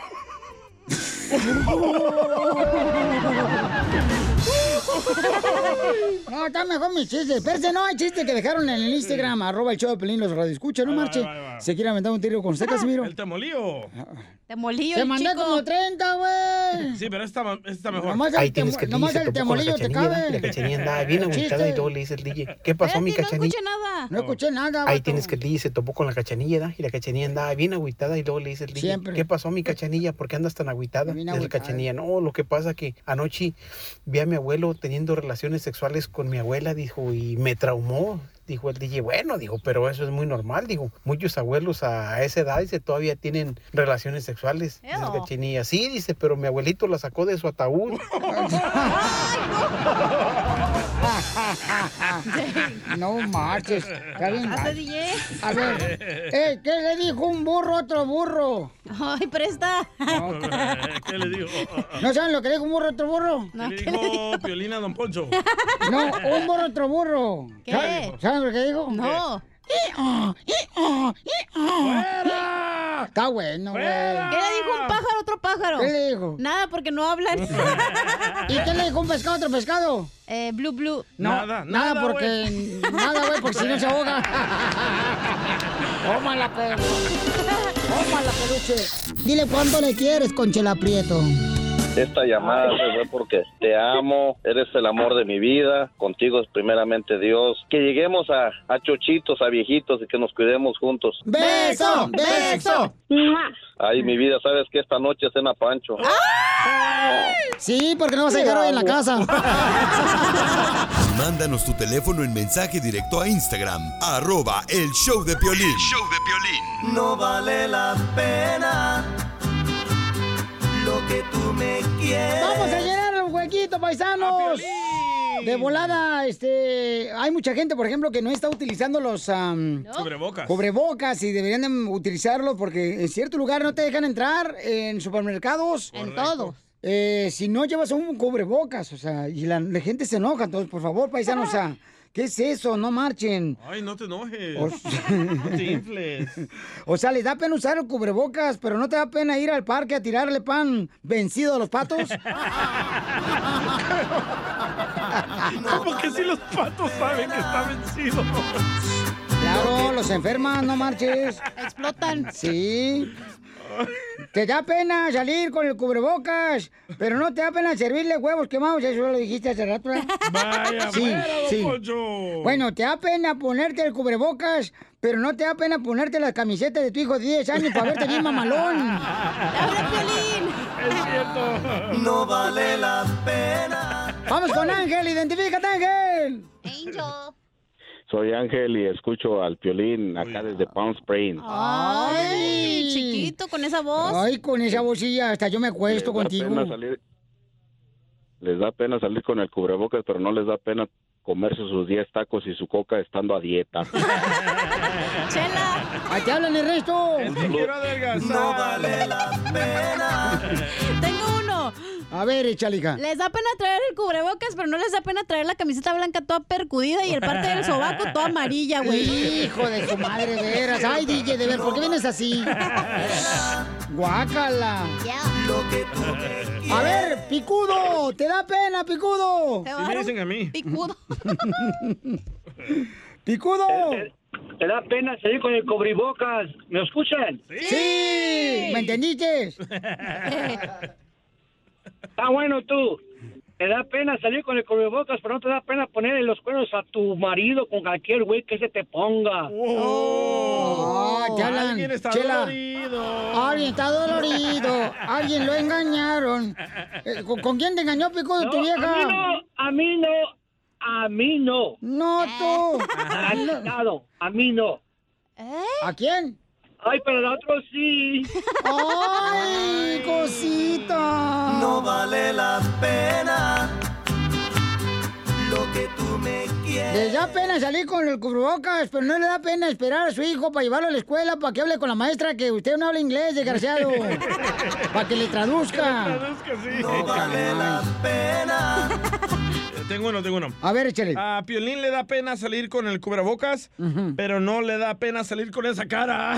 No, está mejor mis chistes. Espérate, no, hay chistes que dejaron en el Instagram, arroba el show de Pelín, los radioescuchas, no Ahí va, marche. ahí va, ahí va. ¿Se quiere aventar un tiro con usted, Casimiro? El temolío. Te molillo Te el mandé chico. como treinta, güey. Sí, pero esta, esta está mejor. Nomás Ahí el, tienes temo- que el nomás D J el se topó con la temolillo te cachanilla. cabe. La cachanilla andaba bien agüitada Chiste. y luego le dice el D J, ¿qué pasó, mi Espérate, no cachanilla? escuché nada. No escuché nada, Ahí vato. tienes que el D J se topó con la cachanilla, ¿da? Y la cachanilla andaba bien agüitada y luego le dice el D J, Siempre. ¿qué pasó, mi cachanilla? ¿Por qué andas tan agüitada? Bien Dice la agüitada. cachanilla, no, lo que pasa que anoche vi a mi abuelo teniendo relaciones sexuales con mi abuela, dijo, y me traumó. Dijo el D J, bueno, dijo, pero eso es muy normal, dijo, muchos abuelos a esa edad, dice, todavía tienen relaciones sexuales. Dice la Ew. cachanilla, sí, dice, pero mi abuelito la sacó de su ataúd. No marches. Está bien Hasta mal. D J. A ver, eh, ¿qué le dijo un burro a otro burro? Ay, presta. ¿Qué le dijo? ¿No saben lo que le dijo un burro a otro burro? No, ¿Qué le ¿qué le dijo Piolín a Don Poncho? No, un burro a otro burro. ¿Qué? ¿Saben- ¿Saben lo que dijo? No. ¡Ah! ¡Ah! ¡Ah! Está bueno, güey. ¿Qué le dijo un pájaro a otro pájaro? ¿Qué le dijo? Nada, porque no hablan. ¿Y qué le dijo un pescado a otro pescado? eh, blue, blue. No, Nada, nada, nada, porque. Nada, güey, porque si no se ahoga. Tómala, perro. Tómala, peluche. Dile cuánto le quieres, Conchela Prieto. Esta llamada se fue porque te amo, eres el amor de mi vida, contigo es primeramente Dios. Que lleguemos a, a chochitos, a viejitos y que nos cuidemos juntos. ¡Beso! ¡Beso! Ay, mi vida, ¿sabes que esta noche cena Pancho? Sí, porque no vas a llegar hoy en la casa. Mándanos tu teléfono en mensaje directo a Instagram, arroba el show de Piolín. show de Piolín. No vale la pena lo que tú me quieres. Vamos a llenar el huequito, paisanos. De volada, este, hay mucha gente, por ejemplo, que no está utilizando los am, Cubrebocas. cubrebocas y deberían de utilizarlos porque en cierto lugar no te dejan entrar en supermercados. En todo. Eh, si no llevas un cubrebocas, o sea, y la, la gente se enoja, entonces, por favor, paisanos, o sea, ¿qué es eso? No marchen. Ay, no te enojes. O, No te infles. o sea, les da pena usar el cubrebocas, pero no te da pena ir al parque a tirarle pan vencido a los patos. Como que si los patos saben que está vencido. Claro, los enferman, no marches. Explotan. Sí. Te da pena salir con el cubrebocas, pero no te da pena servirle huevos quemados, eso lo dijiste hace rato, ¿eh? Vaya, sí, fuera, don sí. Poncho. Bueno, te da pena ponerte el cubrebocas, pero no te da pena ponerte las camisetas de tu hijo de diez años para verte bien mamalón. ¡Habla, Piolín! Es cierto. No vale la pena. Vamos con Ángel, identifícate, Ángel. Angel. Soy Ángel y escucho al Piolín acá desde Palm Springs. Ay, chiquito, con esa voz. Ay, con esa vocilla, hasta yo me acuesto Les da contigo. pena salir- les da pena salir con el cubrebocas, pero no les da pena comerse sus diez tacos y su coca estando a dieta. Chela. ¡Ahí te hablan el resto! Es que quiero adelgazar. No vale la pena. Tengo uno. A ver, échale, hija. Les da pena traer el cubrebocas, pero no les da pena traer la camiseta blanca toda percudida y el parte del sobaco toda amarilla, güey. Hijo de su madre, de veras. Ay, D J, de ver, ¿por qué vienes así? Guácala. Lo que tú me A ver, picudo, ¿te da pena, picudo? Te Sí me dicen a mí. Picudo. Picudo. Te da pena salir con el cubrebocas. ¿Me escuchan? Sí. ¿Me entendiste? Está bueno tú. Te da pena salir con el cubrebocas, pero no te da pena ponerle los cuernos a tu marido con cualquier güey que se te ponga. Oh, te hablan, Alguien está Chela. dolorido. Alguien está dolorido. Alguien lo engañaron. Eh, ¿Con, con quién te engañó, picudo, No, tu vieja? A mí no, a mí no, a mí no. No, tú. Garantizado, a mí no. ¿A quién? Ay, pero el otro sí. ¡Ay, cosita! No vale la pena lo que tú me quieres. Le da pena salir con el cubrebocas, pero no le da pena esperar a su hijo para llevarlo a la escuela para que hable con la maestra que usted no habla inglés, desgraciado. Para que le traduzca. Que le traduzca, sí. No vale la pena. Tengo uno, tengo uno. A ver, échale. A Piolín le da pena salir con el cubrebocas, Ujú. pero no le da pena salir con esa cara.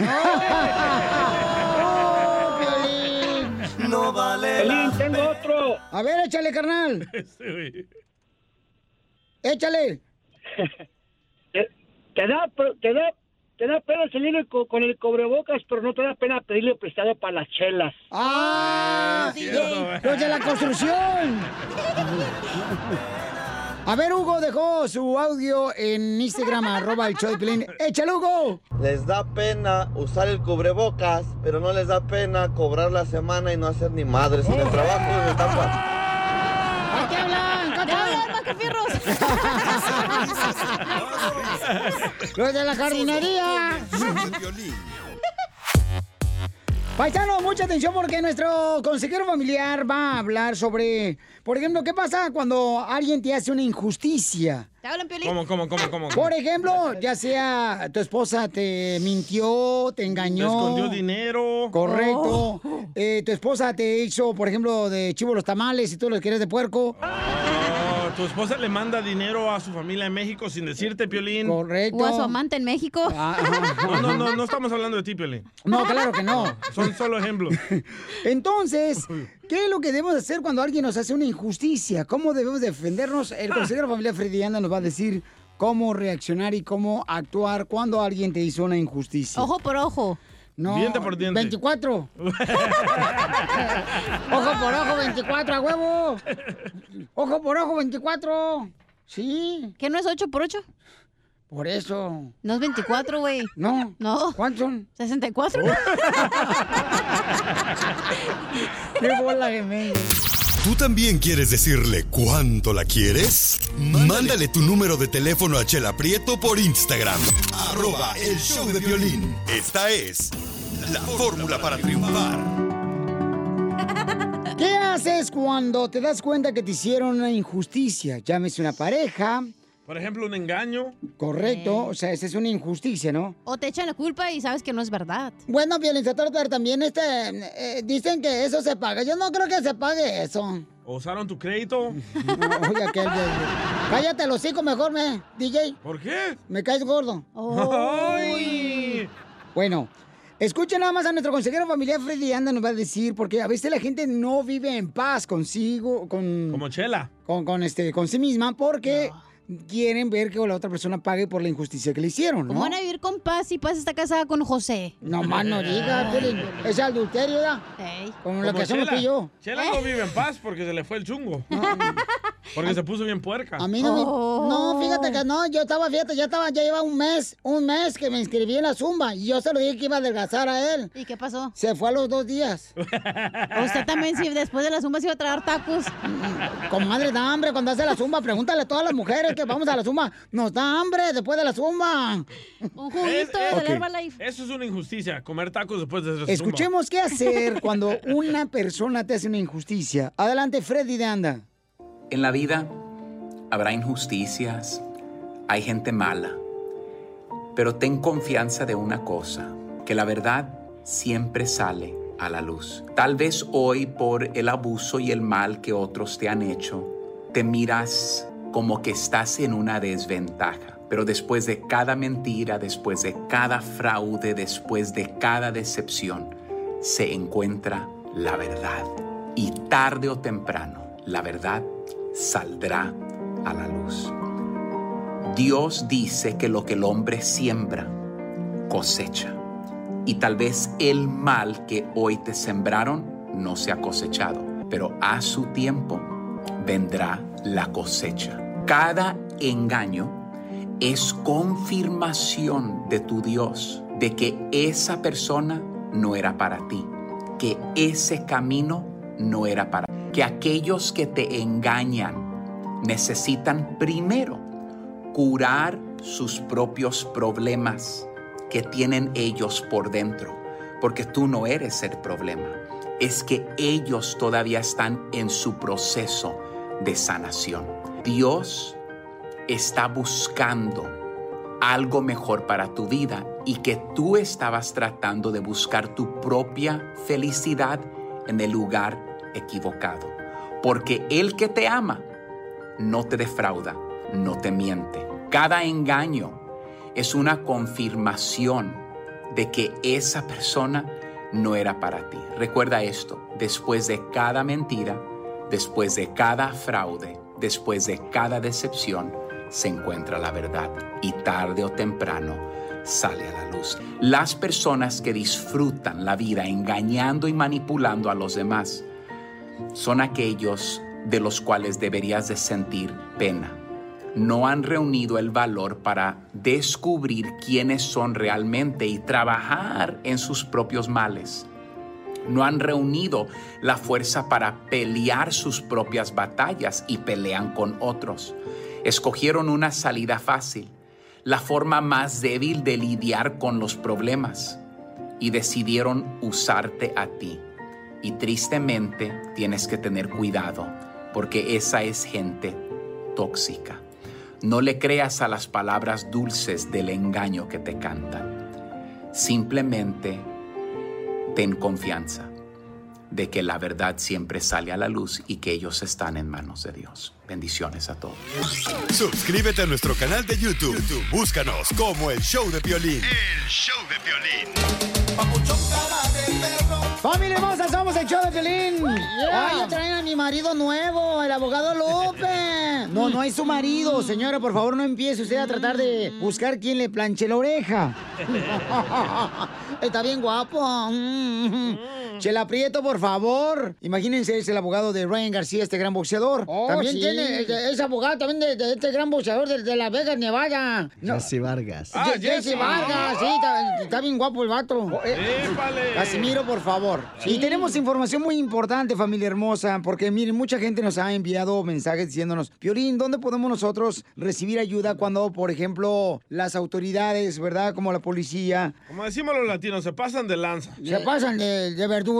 ¡Oh, Piolín! No vale Pelín, la tengo otro. A ver, échale, carnal. Este, güey. Échale. Te, te da, te da, te da pena salir con, con el cubrebocas, pero no te da pena pedirle prestado para las chelas. ¡Ah! Sí, es cierto. Los, los de la construcción. A ver, Hugo dejó su audio en Instagram, arroba el show de Piolín. ¡Échale, Hugo! Les da pena usar el cubrebocas, pero no les da pena cobrar la semana y no hacer ni madres en el trabajo donde están pa- ¡Ahí te hablan! ¡Te hablan, Macafierros! ¡Los de la jardinería! Paisanos, mucha atención porque nuestro consejero familiar va a hablar sobre, por ejemplo, qué pasa cuando alguien te hace una injusticia. ¿Te hablan, Piolín? ¿Cómo, cómo, cómo, cómo? Por ejemplo, ya sea tu esposa te mintió, te Te engañó. escondió dinero. Correcto. Eh, tu esposa te hizo, por ejemplo, de chivo los tamales y tú los quieres de puerco. Oh, tu esposa le manda dinero a su familia en México sin decirte, Piolín. Correcto. O a su amante en México. No, no, no, no estamos hablando de ti, Piolín. No, claro que no. Son solo ejemplos. Entonces, ¿qué es lo que debemos hacer cuando alguien nos hace una injusticia? ¿Cómo debemos defendernos? El consejero familiar Freddy Anda nos va a decir cómo reaccionar y cómo actuar cuando alguien te hizo una injusticia. Ojo por ojo. No, Diente por diente. veinticuatro. Ojo por ojo, veinticuatro, a huevo. Ojo por ojo, veinticuatro. Sí. ¿Qué no es ocho por ocho? Por eso. No es veinticuatro, güey. No. No. ¿Cuántos son? ¿sesenta y cuatro? Qué bola de medio. ¿Tú también quieres decirle cuánto la quieres? Mándale tu número de teléfono a Chela Prieto por Instagram. Arroba el show de violín. Esta es la fórmula para triunfar. ¿Qué haces cuando te das cuenta que te hicieron una injusticia? Llámese una pareja. Por ejemplo, un engaño. Correcto. O sea, esa es una injusticia, ¿no? O te echan la culpa y sabes que no es verdad. Bueno, Piolinsotelo, pero también este, eh, dicen que eso se paga. Yo no creo que se pague eso. ¿O usaron tu crédito? No, oye, aquel de... Cállate los hocico mejor, me, D J. ¿Por qué? Me caes gordo. ¡Ay! Bueno, escuchen nada más a nuestro consejero familiar Freddy Anda nos va a decir, porque a veces la gente no vive en paz consigo, con... Como Chela. Con, con, este, con sí misma, porque quieren ver que la otra persona pague por la injusticia que le hicieron, ¿no? ¿Cómo van a vivir con Paz si Paz está casada con José? No más no diga, Piolín. Es adulterio, ¿verdad? Ey. Como lo Como que hacemos tú Chela. y yo. Chela no vive en paz porque se le fue el chungo. Porque se puso bien puerca. A mí no me... No, fíjate que no, yo estaba, fíjate, ya estaba, ya lleva un mes, un mes que me inscribí en la Zumba y yo se lo dije que iba a adelgazar a él. ¿Y qué pasó? Se fue a los dos días. Usted también, si después de la Zumba se iba a tragar tacos. Comadre, da hambre cuando hace la Zumba. Pregúntale a todas las mujeres que vamos a la Zumba. Nos da hambre después de la Zumba. Un juguito Es- de ok. Herbalife. Eso es una injusticia, comer tacos después de hacer zumba. Escuchemos qué hacer cuando una persona te hace una injusticia. Adelante, Freddy de Anda. En la vida habrá injusticias, hay gente mala, pero ten confianza de una cosa, que la verdad siempre sale a la luz. Tal vez hoy por el abuso y el mal que otros te han hecho, te miras como que estás en una desventaja. Pero después de cada mentira, después de cada fraude, después de cada decepción, se encuentra la verdad. Y tarde o temprano, la verdad saldrá a la luz. Dios dice que lo que el hombre siembra, cosecha. Y tal vez el mal que hoy te sembraron no se ha cosechado, pero a su tiempo vendrá la cosecha. Cada engaño es confirmación de tu Dios de que esa persona no era para ti, que ese camino no era para ti, que aquellos que te engañan necesitan primero curar sus propios problemas que tienen ellos por dentro, porque tú no eres el problema, es que ellos todavía están en su proceso de sanación. Dios está buscando algo mejor para tu vida y que tú estabas tratando de buscar tu propia felicidad en el lugar equivocado. Porque el que te ama no te defrauda, no te miente. Cada engaño es una confirmación de que esa persona no era para ti. Recuerda esto, después de cada mentira, después de cada fraude, después de cada decepción, se encuentra la verdad y tarde o temprano sale a la luz. Las personas que disfrutan la vida engañando y manipulando a los demás son aquellos de los cuales deberías de sentir pena. No han reunido el valor para descubrir quiénes son realmente y trabajar en sus propios males. No han reunido la fuerza para pelear sus propias batallas y pelean con otros. Escogieron una salida fácil, la forma más débil de lidiar con los problemas y decidieron usarte a ti. Y tristemente tienes que tener cuidado porque esa es gente tóxica. No le creas a las palabras dulces del engaño que te cantan. Simplemente ten confianza de que la verdad siempre sale a la luz y que ellos están en manos de Dios. Bendiciones a todos. Suscríbete a nuestro canal de YouTube. YouTube, búscanos como El Show de Piolín. El Show de Piolín. ¡Familia hermosa! Somos el show de Piolín. ¡Ay, ya traen a mi marido nuevo, el abogado López! No, no es su marido. Señora, por favor, no empiece usted a tratar de buscar quien le planche la oreja. Está bien guapo. Chela Prieto, por favor. Imagínense, es el abogado de Ryan García, este gran boxeador. Oh, también sí. tiene, es abogado también de, de este gran boxeador de, de Las Vegas, Nevada. No, Jesse Vargas. Ye- Jesse Vargas, sí, está, está bien guapo el vato. Eh, ¡Épale! Casimiro, por favor. Y tenemos información muy importante, familia hermosa, porque miren, mucha gente nos ha enviado mensajes diciéndonos, Piolín, ¿dónde podemos nosotros recibir ayuda cuando, por ejemplo, las autoridades, ¿verdad? Como la policía, Como decimos los latinos, se pasan de lanza. se pasan de, de verdura.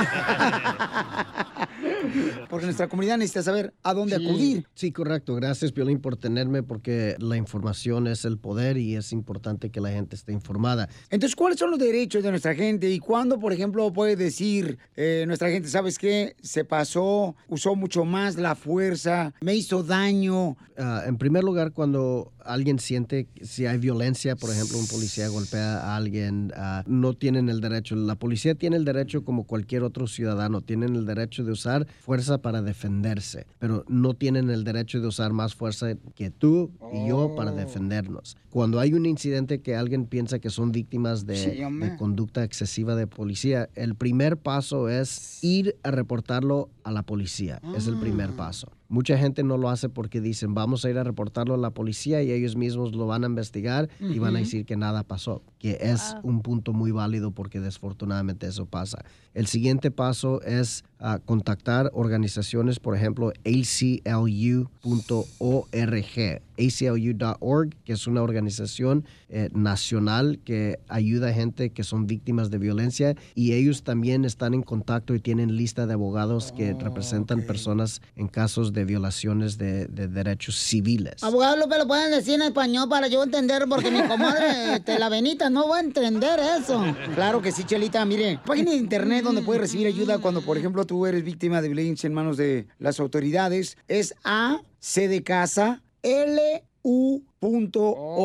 Porque nuestra comunidad necesita saber a dónde Sí, acudir. Sí, correcto. Gracias, Piolín, por tenerme, porque la información es el poder y es importante que la gente esté informada. Entonces, ¿cuáles son los derechos de nuestra gente? ¿Y cuándo, por ejemplo, puede decir eh, nuestra gente, sabes qué? Se pasó, usó mucho más la fuerza, me hizo daño. Ah, en primer lugar, cuando alguien siente, si hay violencia, por ejemplo, un policía golpea a alguien, uh, no tienen el derecho. La policía tiene el derecho como cualquier otro ciudadano, tienen el derecho de usar fuerza para defenderse, pero no tienen el derecho de usar más fuerza que tú y yo para defendernos. Cuando hay un incidente que alguien piensa que son víctimas de, Sí, de conducta excesiva de policía, el primer paso es ir a reportarlo a la policía. Es el primer paso. Mucha gente no lo hace porque dicen, vamos a ir a reportarlo a la policía y ellos mismos lo van a investigar y van a Ujú. decir que nada pasó, que es Wow. un punto muy válido porque desfortunadamente eso pasa. El siguiente paso es uh, contactar organizaciones, por ejemplo, A C L U punto org, A C L U punto org, que es una organización eh, nacional que ayuda a gente que son víctimas de violencia y ellos también están en contacto y tienen lista de abogados que representan personas en casos de violaciones de, de derechos civiles. Abogado Lupe, ¿lo pueden decir en español para yo entender? Porque mi comadre, este, la Benita, no va a entender eso. Claro que sí, Chelita. Mire, página de internet donde puedes recibir ayuda cuando, por ejemplo, tú eres víctima de violencia en manos de las autoridades es A, C de casa, L U punto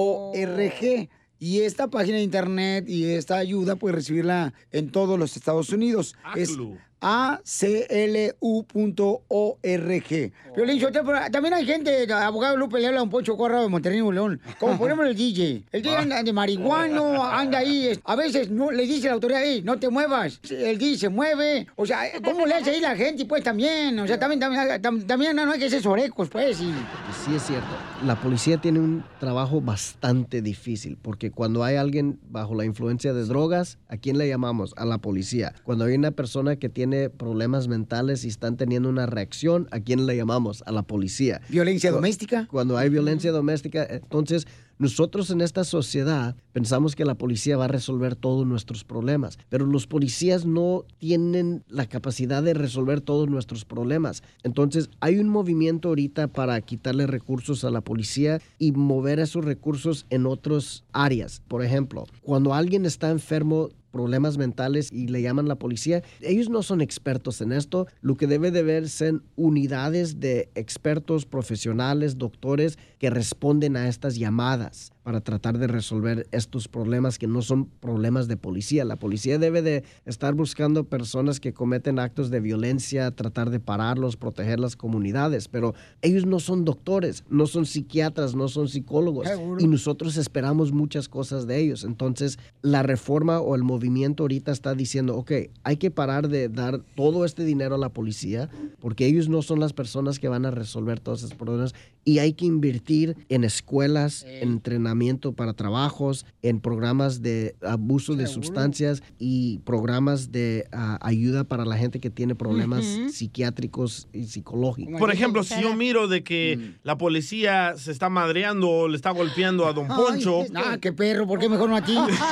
org. Y esta página de internet y esta ayuda puedes recibirla en todos los Estados Unidos. Es A C L U punto org. Piolín Sotelo, pero también hay gente, abogado Lupe le habla a un Poncho Corrado de Monterrey, Nuevo León. Como por ejemplo el D J. El D J anda de marihuano, anda ahí. es- A veces no, le dice la autoridad, "Ey, no te muevas". El D J se mueve. O sea, ¿cómo le hace ahí la gente? Pues también, o sea, también, también, tam- también no hay que ser sorecos, pues. Y... Sí es cierto. La policía tiene un trabajo bastante difícil porque cuando hay alguien bajo la influencia de drogas, ¿a quién le llamamos? A la policía. Cuando hay una persona que tiene problemas mentales y están teniendo una reacción, ¿a quién le llamamos? A la policía. ¿Violencia Cu- doméstica? Cuando hay violencia doméstica, entonces nosotros en esta sociedad pensamos que la policía va a resolver todos nuestros problemas, pero los policías no tienen la capacidad de resolver todos nuestros problemas. Entonces hay un movimiento ahorita para quitarle recursos a la policía y mover esos recursos en otras áreas. Por ejemplo, cuando alguien está enfermo, problemas mentales y le llaman la policía, ellos no son expertos en esto. Lo que debe de ver son unidades de expertos profesionales, doctores que responden a estas llamadas para tratar de resolver estos problemas que no son problemas de policía. La policía debe de estar buscando personas que cometen actos de violencia, tratar de pararlos, proteger las comunidades, pero ellos no son doctores, no son psiquiatras, no son psicólogos Seguro. y nosotros esperamos muchas cosas de ellos. Entonces, la reforma o el movimiento ahorita está diciendo, ok, hay que parar de dar todo este dinero a la policía porque ellos no son las personas que van a resolver todos esos problemas y hay que invertir en escuelas, en entrenamiento para trabajos, en programas de abuso de sustancias y programas de uh, ayuda para la gente que tiene problemas Ujú. psiquiátricos y psicológicos. Por ejemplo, si yo miro de que la policía se está madreando o le está golpeando a Don Poncho, Ah, qué perro, ¿por qué mejor no a ti?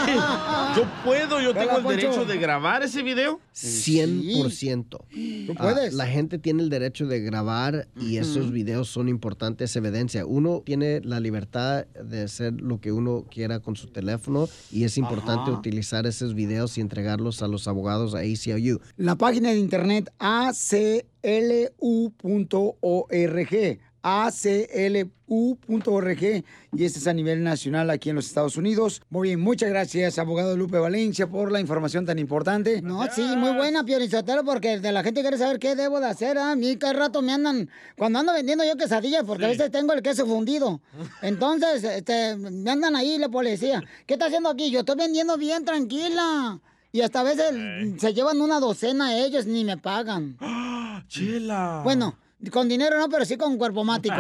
yo puedo, yo Hola, tengo el Poncho. derecho de grabar ese video. cien por ciento. Tú Ah, puedes. la gente tiene el derecho de grabar y esos videos son importantes evidencia. Uno tiene la libertad de hacer lo que uno quiera con su teléfono y es importante Ajá. utilizar esos videos y entregarlos a los abogados a A C L U. La página de internet A C L U punto org. A C L U punto org y este es a nivel nacional aquí en los Estados Unidos. Muy bien, muchas gracias, abogado Lupe Valencia, por la información tan importante. No, sí, muy buena, Piorizotero, porque de la gente quiere saber qué debo de hacer. ¿ah? A mí cada rato me andan, cuando ando vendiendo yo quesadillas, porque a veces tengo el queso fundido. Entonces, este, me andan ahí la policía. ¿Qué está haciendo aquí? Yo estoy vendiendo bien, tranquila. Y hasta a veces se llevan una docena ellos, ni me pagan. Chela. Bueno, con dinero no, pero sí con cuerpo mático.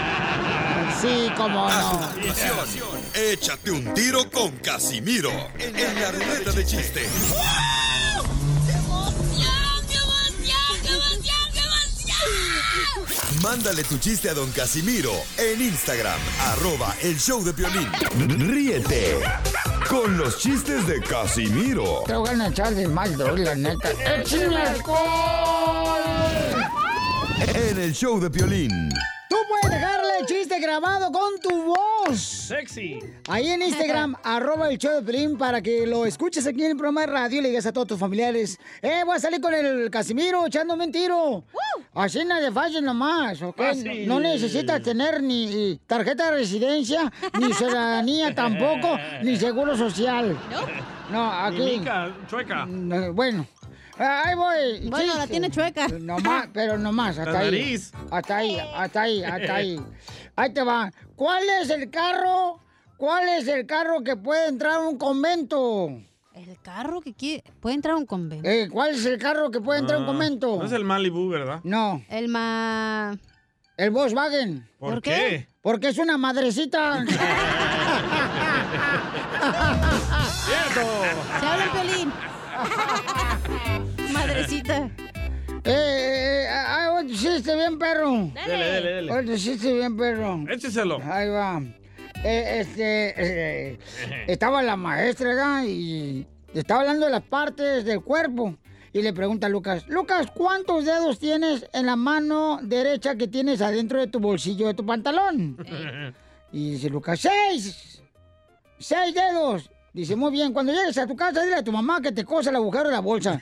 Sí, como no. Échate un tiro con Casimiro en la ruleta de chiste. Mándale tu chiste a don Casimiro en Instagram, arroba el show de Piolín. Ríete con los chistes de Casimiro Te voy a echar de mal, la neta. ¡Échame alcohol! en el show de Piolín. Tú puedes dejarle el chiste grabado con tu voz. Sexy. Ahí en Instagram, arroba el show de Piolín, para que lo escuches aquí en el programa de radio y le digas a todos tus familiares, eh, voy a salir con el Casimiro echándome un tiro. Así nada de fácil nomás, ¿ok? Fácil. No necesitas tener ni tarjeta de residencia, ni ciudadanía tampoco, ni seguro social. No, aquí... Ni mica, chueca. No, bueno, ahí voy. Bueno, la tiene chueca. Nomás, pero nomás, hasta La ahí. nariz. Hasta ahí, hasta ahí, hasta ahí. Ahí te va. ¿Cuál es el carro? ¿Cuál es el carro que puede entrar a un convento? El carro que quiere... puede entrar a un convento. Eh, ¿Cuál es el carro que puede entrar a un Ah, convento? No es el Malibu, ¿verdad? No. El ma... El Volkswagen. ¿Por, ¿Por qué? qué? Porque es una madrecita. ¡Cierto! Se habla en Piolín. Madrecita. Eh, eh, ah, otro chiste bien, perro. Dele, dele, dele. Otro chiste bien, perro. Écheselo. Ahí va. Eh, este, eh, estaba la maestra, ¿verdad? Y estaba hablando de las partes del cuerpo. Y le pregunta a Lucas, Lucas, ¿cuántos dedos tienes en la mano derecha que tienes adentro de tu bolsillo de tu pantalón? Y dice Lucas, seis. Seis dedos. Dice, muy bien, cuando llegues a tu casa, dile a tu mamá que te cose el agujero de la bolsa.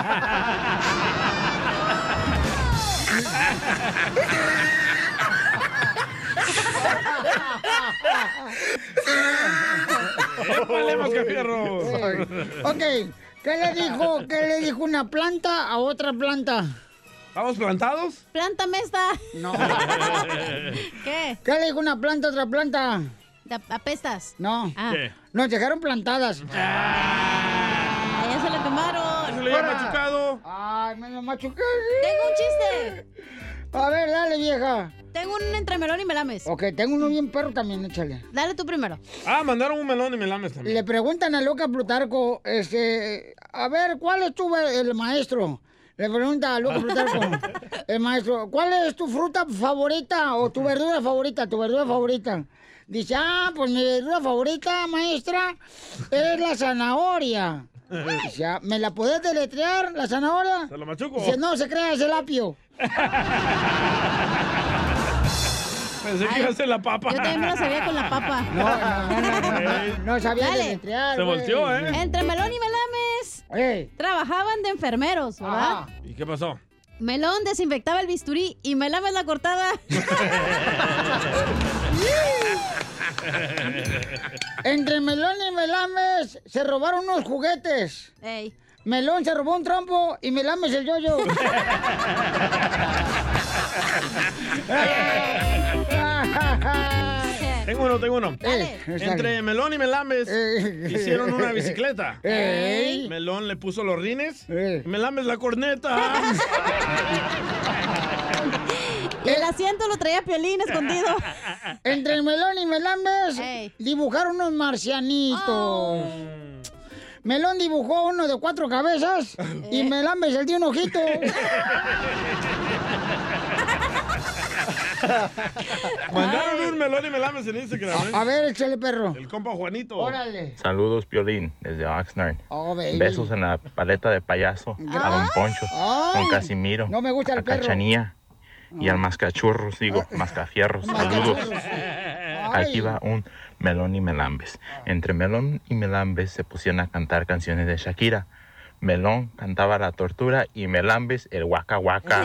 ¡Épale, Mascafierro! Ok, ¿qué le dijo, qué le dijo una planta a otra planta? ¿Estamos plantados? Plántame esta. No. ¿Qué? ¿Qué le dijo una planta a otra planta? Te apestas. No. Ah. ¿Qué? Nos dejaron plantadas. Ah, ya se la quemaron. ¿Se lo había machucado? Ay, me lo machuqué. Tengo un chiste. A ver, dale, vieja. Tengo un entre melón y melames. Ok, tengo uno bien perro también, échale. Dale tú primero. Ah, mandaron un melón y melames también. Le preguntan a Luca Plutarco, este, a ver, ¿cuál es tu el maestro? Le pregunta a Luca Plutarco, el maestro, ¿cuál es tu fruta favorita o tu verdura favorita, tu verdura favorita? Dice, ah, pues mi verdura favorita, maestra, es la zanahoria. Dice, ah, ¿me la podés deletrear, la zanahoria? ¿Se lo machuco? Dice, no, se crea, es el apio. Pensé que iba a ser la papa. Yo también me lo sabía con la papa. No, no, no, no, no, no sabía Dale. deletrear. Se güey. volteó, ¿eh? Entre melón y melames. Ey. Trabajaban de enfermeros, ¿verdad? Ah. ¿Y qué pasó? Melón desinfectaba el bisturí y melames la cortada. Entre Melón y Melames se robaron unos juguetes. Ey. Melón se robó un trompo y Melames el yoyo. Tengo uno, tengo uno. Dale. Entre Melón y Melames hicieron una bicicleta. Ey. Melón le puso los rines Ey. y Melames la corneta. Y el asiento lo traía Piolín escondido. Entre Melón y Melames Ey. dibujaron unos marcianitos. Oh. Melón dibujó uno de cuatro cabezas y Melames el de un ojito. Mandaron un Melón y Melames en Instagram, ¿eh? A ver, échale, perro. El compa Juanito. Órale. Saludos, Piolín, desde Oxnard. Oh, baby. Besos en la paleta de payaso a Don Poncho, Ay. Don Casimiro, No me gusta el a perro. Cachanía y al mascachurros, digo, mascafierros. Saludos. Ay. Aquí va un Melón y Melambes. Entre Melón y Melambes se pusieron a cantar canciones de Shakira. Melón cantaba la tortura y Melambes el Waka Waka.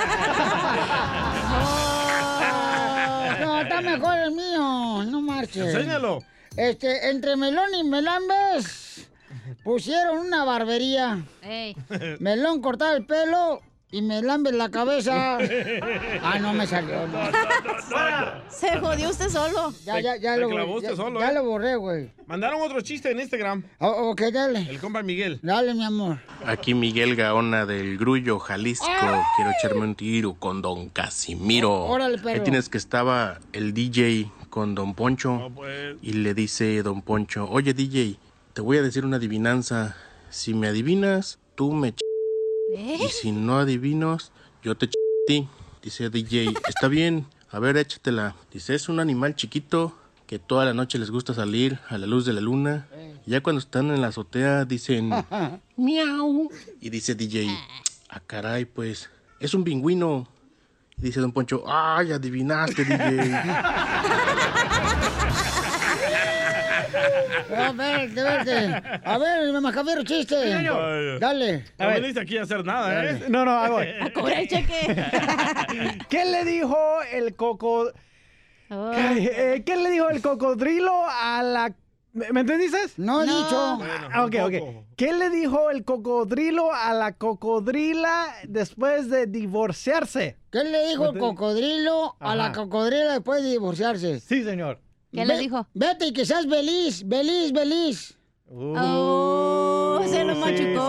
No, está mejor el mío. No marches. Enséñalo. Este, entre Melón y Melambes pusieron una barbería. Ey. Melón cortaba el pelo y Melambes la cabeza. Ah, no me salió. No. Se jodió usted solo. Ya, ya, ya Te lo clavó borré. usted Ya, solo, ya ¿eh? lo borré, güey. Mandaron otro chiste en Instagram. Oh, ok, dale. El compa Miguel. Dale, mi amor. Aquí Miguel Gaona del Grullo, Jalisco. Quiero echarme un tiro con Don Casimiro. Órale, perro. Ahí tienes que estaba el D J con Don Poncho pues. y le dice Don Poncho, oye D J, te voy a decir una adivinanza. Si me adivinas, tú me ch... ¿Eh? Y si no adivinas, yo te ch... ti. Dice D J, está bien, a ver, échatela. Dice, es un animal chiquito que toda la noche les gusta salir a la luz de la luna. Y ya cuando están en la azotea dicen, miau. Y dice D J, ah, caray, pues, es un pingüino. Y dice Don Poncho, ¡ay, adivinaste, D J! A ver, verte. A ver, Macabero, chiste. Dale. No viniste aquí a hacer nada, ¿eh? No, no, ahí voy. A cobrar el cheque. ¿Qué le dijo el coco... ¿Qué, eh, ¿Qué le dijo el cocodrilo a la... ¿Me, ¿me entendiste? No he dicho. Bueno, Ah, ok, un ok. poco. ¿Qué le dijo el cocodrilo a la cocodrila después de divorciarse? ¿Qué le dijo el cocodrilo a la Ajá. cocodrila después de divorciarse? Sí, señor. ¿Qué le Ve- dijo? Vete y que seas feliz, feliz, feliz. Oh, se lo machucó.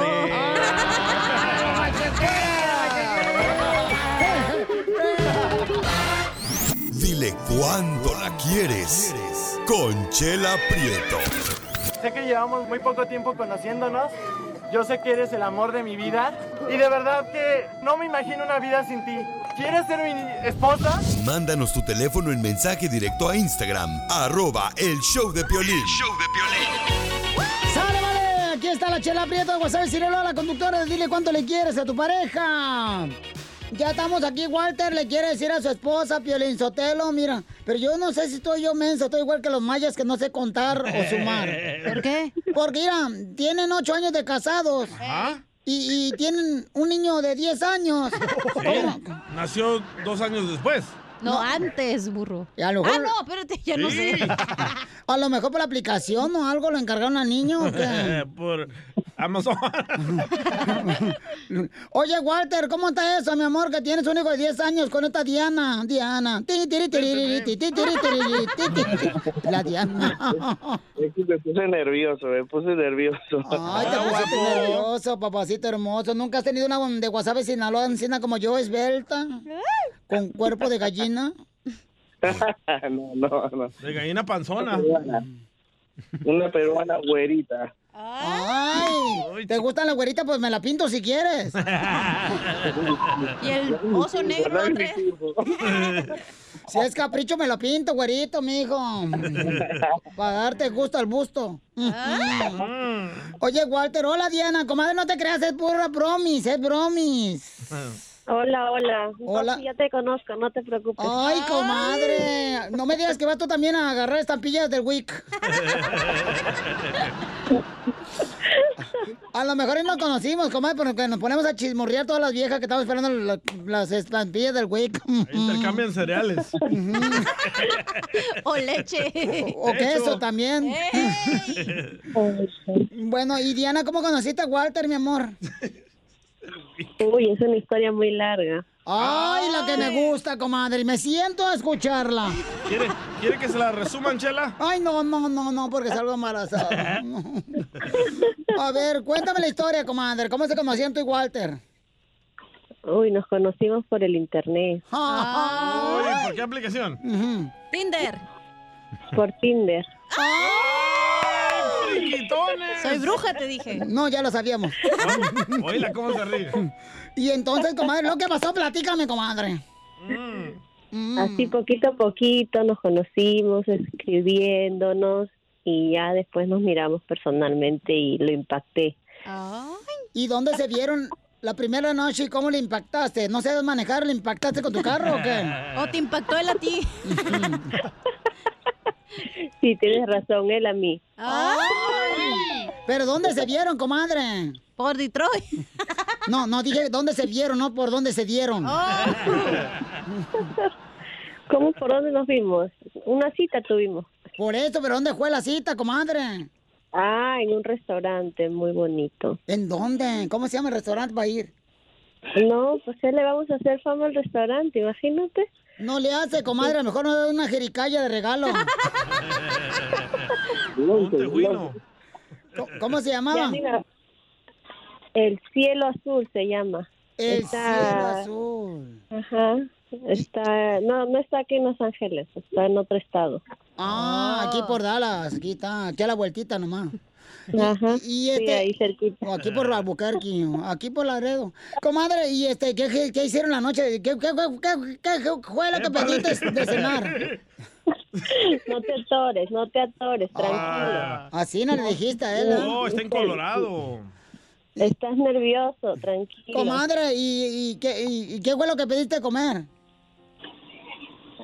Dile cuándo la quieres. Conchela Prieto. Sé que llevamos muy poco tiempo conociéndonos. Yo sé que eres el amor de mi vida. Y de verdad que no me imagino una vida sin ti. ¿Quieres ser mi esposa? Mándanos tu teléfono en mensaje directo a Instagram, arroba el show de Piolín. ¡Sale, vale! Aquí está la Chela Prieto de WhatsApp, Cirelo, la conductora de Dile Cuánto Le Quieres a tu pareja. Ya estamos aquí, Walter le quiere decir a su esposa, Piolín Sotelo, mira, pero yo no sé si estoy yo menso, estoy igual que los mayas que no sé contar o sumar. ¿Por qué? Porque, mira, tienen ocho años de casados. ¿Ah? Y, y tienen un niño de diez años. ¿Cómo? Nació dos años después. No, antes, burro. Y a lo Ah, mejor- no, espérate, ya no Sí. sé. A lo mejor por la aplicación o algo lo encargaron al niño. ¿O qué? Por Amazon. Oye, Walter, ¿cómo está eso, mi amor? Que tienes un hijo de diez años con esta Diana. Diana. Ti, tiri, tiri, ti, ti, tiri, tiri, ti, ti, ti. La Diana. Es que me puse nervioso, me puse nervioso. Ay, te pusiste nervioso, papacito hermoso. ¿Nunca has tenido una de Guasave, Sinaloa, encina como yo, esbelta? Con cuerpo de gallina. no, no, no. De gallina panzona. Una peruana güerita. Ay, ¿te gustan las güeritas? Pues me la pinto si quieres. Y el oso negro, Andrés. Si es capricho, me lo pinto, güerito, mijo. Para darte gusto al busto. Oye, Walter, hola, Diana. Comadre, no te creas, es pura bromis, es bromis. Hola, hola. Hola. No, sí, ya te conozco, no te preocupes. Ay, comadre. No me digas que vas tú también a agarrar estampillas del Wick. A lo mejor ahí nos conocimos, comadre, porque nos ponemos a chismorrear todas las viejas que estamos esperando la- las estampillas del Wick. Intercambian cereales. O leche. O queso también. Bueno, y Diana, ¿cómo conociste a Walter, mi amor? Uy, es una historia muy larga. Ay, la que me gusta, comadre. Me siento a escucharla. ¿Quiere, ¿Quiere que se la resuman, Chela? Ay, no, no, no, no, porque salgo embarazada. No. A ver, cuéntame la historia, comadre. ¿Cómo se conocían tú y Walter? Uy, nos conocimos por el internet. Uy, ¿por qué aplicación? Tinder. Por Tinder. Soy bruja, te dije. No, ya lo sabíamos. Oíla, ¿cómo se ríe? Y entonces, comadre, ¿lo que pasó? Platícame, comadre. Mm. Así poquito a poquito nos conocimos, escribiéndonos y ya después nos miramos personalmente y lo impacté. ¿Y dónde se vieron la primera noche y cómo le impactaste? ¿No sabes manejar? ¿Le impactaste con tu carro o qué? ¿O te impactó él a ti? Sí, tienes razón, él a mí. Ay. ¿Pero dónde se vieron, comadre? Por Detroit. No, no, dije dónde se vieron, no por dónde se dieron. ¿Cómo por dónde nos vimos? Una cita tuvimos. Por eso, ¿pero dónde fue la cita, comadre? Ah, en un restaurante muy bonito. ¿En dónde? ¿Cómo se llama el restaurante para ir? No, pues ya le vamos a hacer fama al restaurante, imagínate. No le hace, comadre, a lo mejor nos da una jericaya de regalo. ¿Cómo, cómo se llamaba? Ya, mira, el cielo azul se llama. El Está- cielo azul. Ajá. Está, no, no está aquí en Los Ángeles, está en otro estado. Ah, aquí por Dallas, aquí está, aquí a la vueltita nomás. Ajá. Y este, Sí, ahí cerquita. o aquí por Albuquerque, o aquí por Laredo. Comadre, ¿y este qué, qué, qué hicieron la noche? ¿Qué, qué, qué, qué- qué fue lo que pediste de cenar? No te atores, no te atores, tranquilo. Así no le dijiste a él, ¿eh? Oh, está en Colorado. Estás nervioso, tranquilo. Comadre, ¿y, y, qué, y, y qué fue lo que pediste de comer?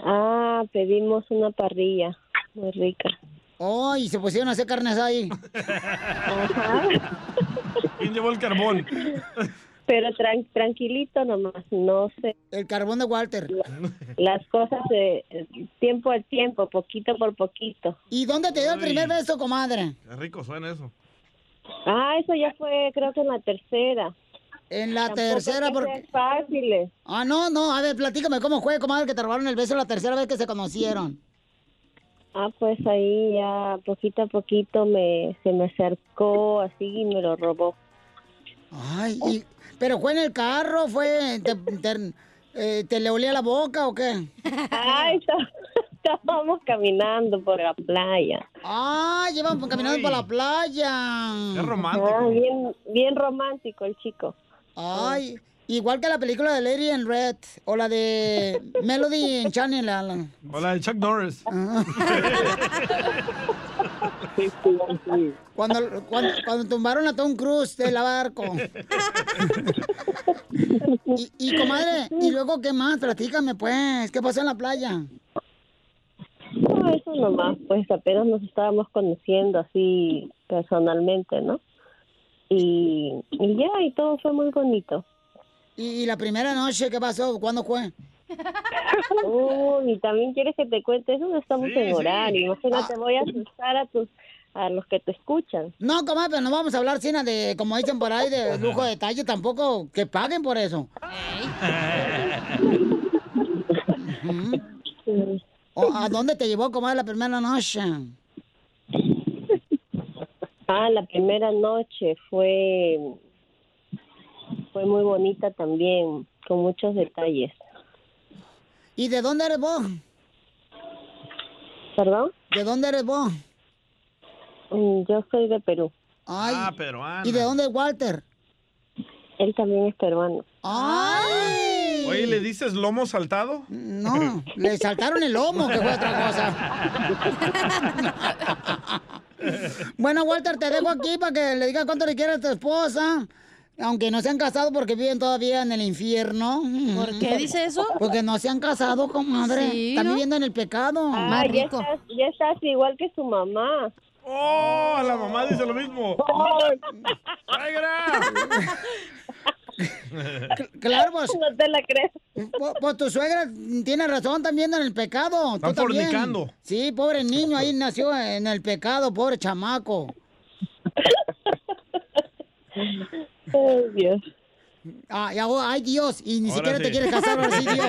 Ah, pedimos una parrilla muy rica. Oh, y se pusieron a hacer carnes ahí. Ajá. ¿Quién llevó el carbón? Pero tran- tranquilito nomás, no sé. El carbón de Walter. Las cosas de tiempo al tiempo, poquito por poquito. ¿Y dónde te dio el Uy. primer beso, comadre? Qué rico suena eso. Ah, eso ya fue, creo que en la tercera. En la Tampoco tercera, que porque... sea fáciles. Ah, no, no, a ver, platícame cómo fue, comadre, que te robaron el beso la tercera vez que se conocieron. Ah, pues ahí ya poquito a poquito me se me acercó así y me lo robó. Ay, y- ¿pero fue en el carro? ¿Fue, te, te, eh, te le olía la boca o qué? Ay, está- estábamos caminando por la playa. Ah, llevan caminando por la playa. Qué romántico. Ah, bien, bien romántico el chico. Ay, igual que la película de Lady in Red o la de Melody en Channel. Alan. Hola, Chuck Norris. Cuando, cuando, cuando tumbaron a Tom Cruise del barco. y, y, comadre, ¿y luego qué más? Platícame, pues. ¿Qué pasó en la playa? No, eso nomás, pues apenas nos estábamos conociendo así personalmente, ¿no? Y, y ya, y todo fue muy bonito. ¿Y, y la primera noche qué pasó? ¿Cuándo fue? Uy, ¿y también quieres que te cuente eso? No estamos Sí, en sí. horario. Imagínate, Ah. voy a asustar a tus a los que te escuchan. No, comadre, pero no vamos a hablar, Sina, de, como dicen por ahí, de lujo de detalle, tampoco que paguen por eso. Ujú. O, ¿a dónde te llevó, comadre, la primera noche? Ah, la primera noche fue fue muy bonita también, con muchos detalles. ¿Y de dónde eres vos? ¿Perdón? ¿De dónde eres vos? Mm, Yo soy de Perú. Ay, Ah, peruana. ¿y de dónde es Walter? Él también es peruano. ¡Ay! Oye, ¿le dices lomo saltado? No, le saltaron el lomo, que fue otra cosa. Bueno, Walter, te dejo aquí para que le digas cuánto le quieres a tu esposa. Aunque no se han casado porque viven todavía en el infierno. ¿Por qué dice eso? Porque no se han casado, comadre. Sí, Están ¿no? viviendo en el pecado. Ah, ya estás, ya estás igual que su mamá. ¡Oh! La mamá dice lo mismo. Claro, pues. No te la crees. Pues, pues tu suegra tiene razón, también en el pecado. Están Tú también. fornicando. Sí, pobre niño, ahí nació en el pecado, pobre chamaco. Ay, Dios. Ah, y ahora, ay, Dios, y ni Ahora siquiera sí. te quieres casar, ahora sí, Dios.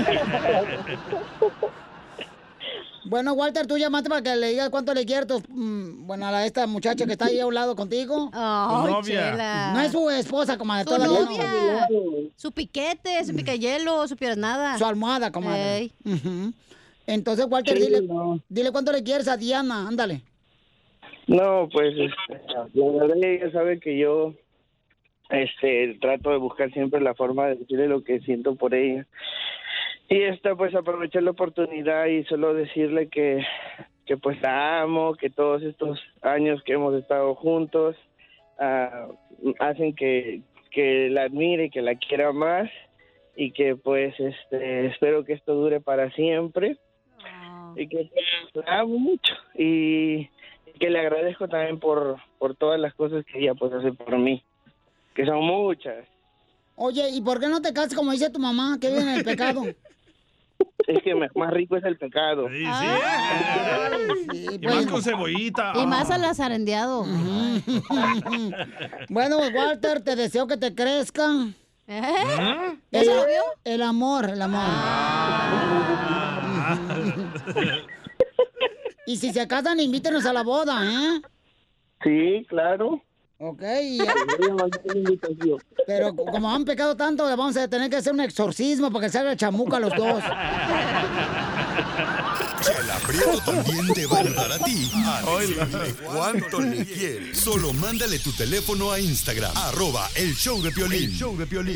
Bueno, Walter, tú llamaste para que le digas cuánto le quieres tu, mm, bueno, a la- esta muchacha que está ahí a un lado contigo. Ay, Tu novia. Chela. No es su esposa, comadre. Su todavía no. novia. Su piquete, su picayelo, su nada. Su almohada, comadre. Ey. Ujú. Entonces, Walter, Sí, dile, no. dile cuánto le quieres a Diana, ándale. No, pues este, la verdad ella sabe que yo este trato de buscar siempre la forma de decirle lo que siento por ella. Y esta pues aprovechar la oportunidad y solo decirle que, que pues la amo, que todos estos años que hemos estado juntos ah, hacen que, que la admire y que la quiera más y que pues este espero que esto dure para siempre y que pues, la amo mucho y que le agradezco también por, por todas las cosas que ella pues hace por mí, que son muchas. Oye, ¿y por qué no te casas como dice tu mamá, que vive en el pecado? Es que me- más rico es el pecado. Sí, sí. Y más con cebollita. Y más al azarendeado. Bueno, Walter, te deseo que te crezca. ¿Eh? El, ¿Ya se lo vio? el amor, el amor. Y si se casan, invítenos a la boda, ¿eh? Sí, claro. Ok. y- Pero como han pecado tanto, vamos a tener que hacer un exorcismo para que salga chamuca los dos. Chela Prieto también te va a ayudar a ti a decirle cuánto le quieres. Solo mándale tu teléfono a Instagram, arroba el show de Piolín. El show de Piolín.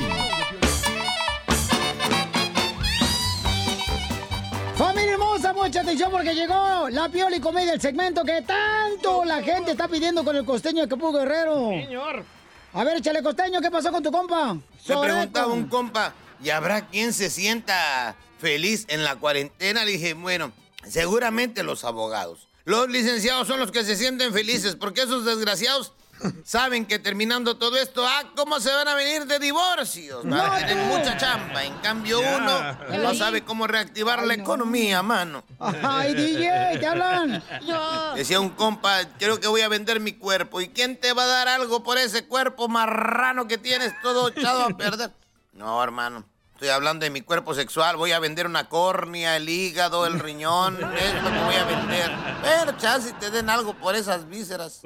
Familia hermosa, mucha atención porque llegó la Pioli Comedia, el segmento que tanto la gente está pidiendo con el costeño de Acapulco Guerrero. Señor. A ver, échale costeño, ¿qué pasó con tu compa? Me Soreco. preguntaba un compa, ¿y habrá quien se sienta feliz en la cuarentena? Le dije, bueno, seguramente los abogados. Los licenciados son los que se sienten felices, porque esos desgraciados saben que terminando todo esto, ah, ¿cómo se van a venir de divorcios? Van a tener mucha chamba. En cambio, Ya. uno no sabe cómo reactivar la economía, mano. Ay, D J, ¿qué hablan? Decía un compa, creo que voy a vender mi cuerpo. ¿Y quién te va a dar algo por ese cuerpo marrano que tienes todo echado a perder? No, hermano. Estoy hablando de mi cuerpo sexual. Voy a vender una córnea, el hígado, el riñón. Es lo que voy a vender. Pero, chance, te den algo por esas vísceras.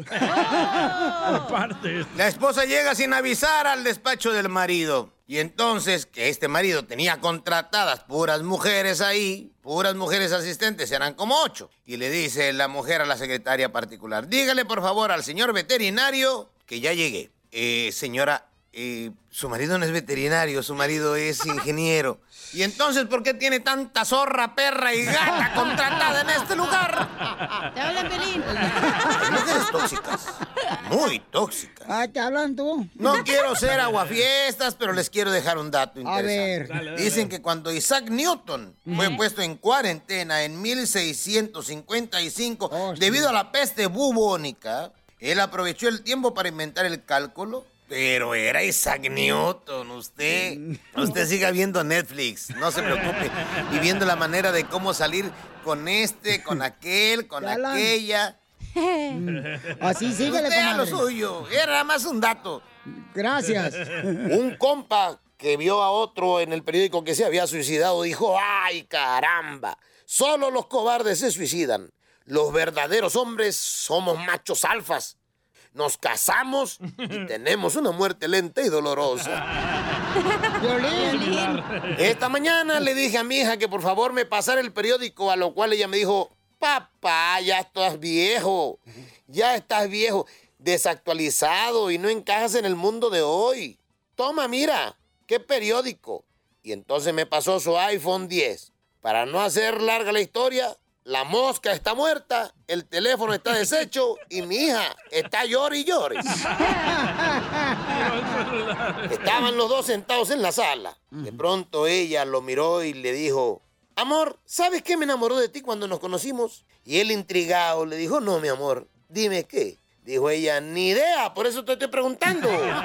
La esposa llega sin avisar al despacho del marido. Y entonces, que este marido tenía contratadas puras mujeres ahí, puras mujeres asistentes, eran como ocho. Y le dice la mujer a la secretaria particular, dígale por favor al señor veterinario que ya llegué. Eh, señora, eh, su marido no es veterinario, su marido es ingeniero. Y entonces, ¿por qué tiene tanta zorra, perra y gata contratada en este lugar? Te hablan, Pelín. Hay mujeres tóxicas, muy tóxicas. Ah, ¿te hablan tú? No quiero ser aguafiestas, pero les quiero dejar un dato interesante. ver. Dale, dale. Dicen que cuando Isaac Newton fue puesto en cuarentena en mil seiscientos cincuenta y cinco debido a la peste bubónica, él aprovechó el tiempo para inventar el cálculo. Pero era Isaac Newton, usted, usted siga viendo Netflix, no se preocupe, y viendo la manera de cómo salir con este, con aquel, con Alan. aquella. Así síguele, Usted a lo comadre. suyo, era más un dato. Gracias. Un compa que vio a otro en el periódico que se había suicidado dijo, ¡ay, caramba! Solo los cobardes se suicidan. Los verdaderos hombres somos machos alfas. Nos casamos y tenemos una muerte lenta y dolorosa. Violín. Esta mañana le dije a mi hija que por favor me pasara el periódico, a lo cual ella me dijo, papá, ya estás viejo, ya estás viejo, desactualizado y no encajas en el mundo de hoy. Toma, mira, ¿qué periódico? Y entonces me pasó su iPhone diez. Para no hacer larga la historia, la mosca está muerta, el teléfono está deshecho y mi hija está llore y llore. Estaban los dos sentados en la sala. De pronto ella lo miró y le dijo, amor, ¿sabes qué me enamoró de ti cuando nos conocimos? Y él intrigado le dijo, no, mi amor, dime qué. Dijo ella, ni idea, por eso te estoy preguntando.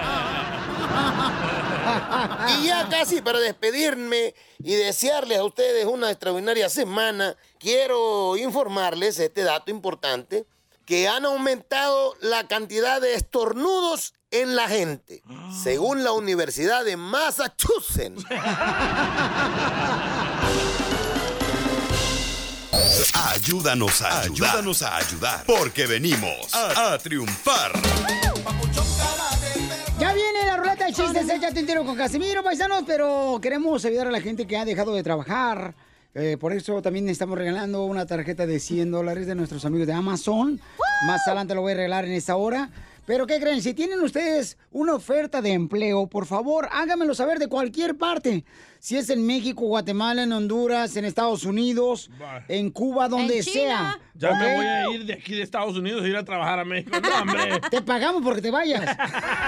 Y ya casi para despedirme y desearles a ustedes una extraordinaria semana, quiero informarles este dato importante, que han aumentado la cantidad de estornudos en la gente, según la Universidad de Massachusetts. Ayúdanos a ayudar. Ayúdanos a ayudar. Porque venimos a, a triunfar. Ya viene la ruleta de chistes, échate un tiro con Casimiro, paisanos, pero queremos ayudar a la gente que ha dejado de trabajar. Eh, por eso también estamos regalando una tarjeta de cien dólares de nuestros amigos de Amazon. Más adelante lo voy a regalar en esta hora. Pero ¿qué creen? Si tienen ustedes una oferta de empleo, por favor, háganmelo saber de cualquier parte. Si es en México, Guatemala, en Honduras, en Estados Unidos, en Cuba, donde sea. Ya ¿ok? me voy a ir de aquí de Estados Unidos a ir a trabajar a México. No, hombre. Te pagamos porque te vayas.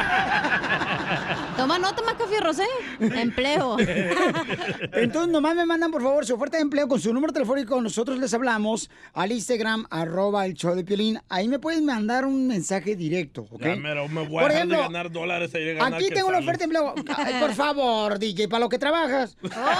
Toma nota, Macafé Rosé. Empleo. Entonces, nomás me mandan, por favor, su oferta de empleo con su número telefónico. Nosotros les hablamos al Instagram, arroba el show de Piolín. Ahí me pueden mandar un mensaje directo, ¿ok? Ya, mero, me voy Por a dejar ejemplo, de ganar dólares a ir a ganar aquí tengo una quetzales. oferta de empleo. Ay, por favor, D J, para lo que trabajas.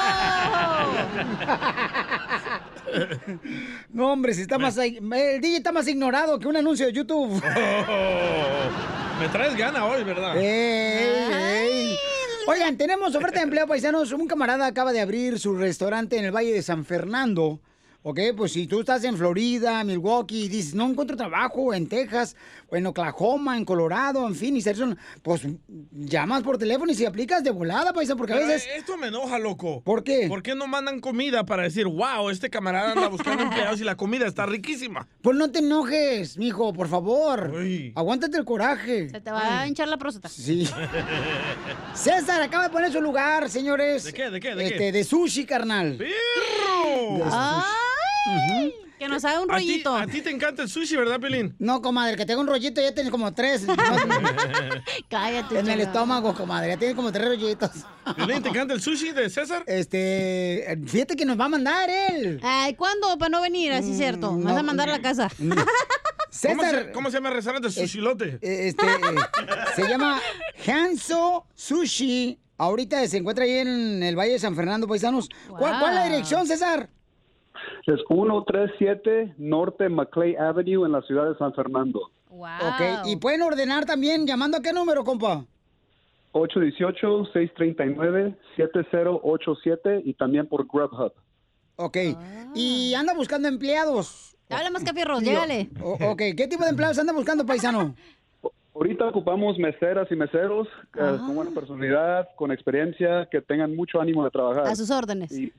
No, hombre, si está más... El D J está más ignorado que un anuncio de YouTube. Oh, me traes gana hoy, ¿verdad? Ey, ey. Oigan, tenemos oferta de empleo, paisanos. Un camarada acaba de abrir su restaurante en el Valle de San Fernando. Ok, pues si tú estás en Florida, Milwaukee, y dices, no encuentro trabajo en Texas, o en Oklahoma, en Colorado, en Phoenix, Arizona, pues llamas por teléfono y si aplicas de volada, paisano, porque a Pero veces... esto me enoja, loco. ¿Por qué? ¿Por qué no mandan comida para decir, wow, este camarada anda buscando empleados y la comida está riquísima? Pues no te enojes, mijo, por favor. Aguántate el coraje. Se te va a hinchar la próstata. Sí. César acaba de poner su lugar, señores. ¿De qué, de qué, de este, qué? De sushi, carnal. ¡Perro! De sushi. Ujú. Que nos haga un A ti, rollito. a ti te encanta el sushi, ¿verdad, Pelín? No, comadre, que tengo un rollito, ya tienes como tres. Cállate, En el Chela. estómago, comadre, ya tienes como tres rollitos. Pelín, ¿te encanta el sushi de César? Este, fíjate que nos va a mandar él. Ay, ¿cuándo? Para no venir, así es cierto. Me vas a mandar a la casa. ¿Cómo César, se, ¿Cómo se llama el restaurante? Sushilote. eh, este, eh, se llama Hanzo Sushi. Ahorita se encuentra ahí en el Valle de San Fernando, paisanos. ¿Cuál, cuál es la dirección, César? Es ciento treinta y siete Norte Maclay Avenue en la ciudad de San Fernando. Ok, y pueden ordenar también llamando a qué número, compa. ocho uno ocho, seis tres nueve, siete cero ocho siete y también por Grubhub. Ok, y anda buscando empleados. Habla más cafierros, Tío. llégale. O- ok, ¿qué tipo de empleados anda buscando, paisano? Ahorita ocupamos meseras y meseros eh, Ah. con buena personalidad, con experiencia, que tengan mucho ánimo de trabajar. A sus órdenes. Y-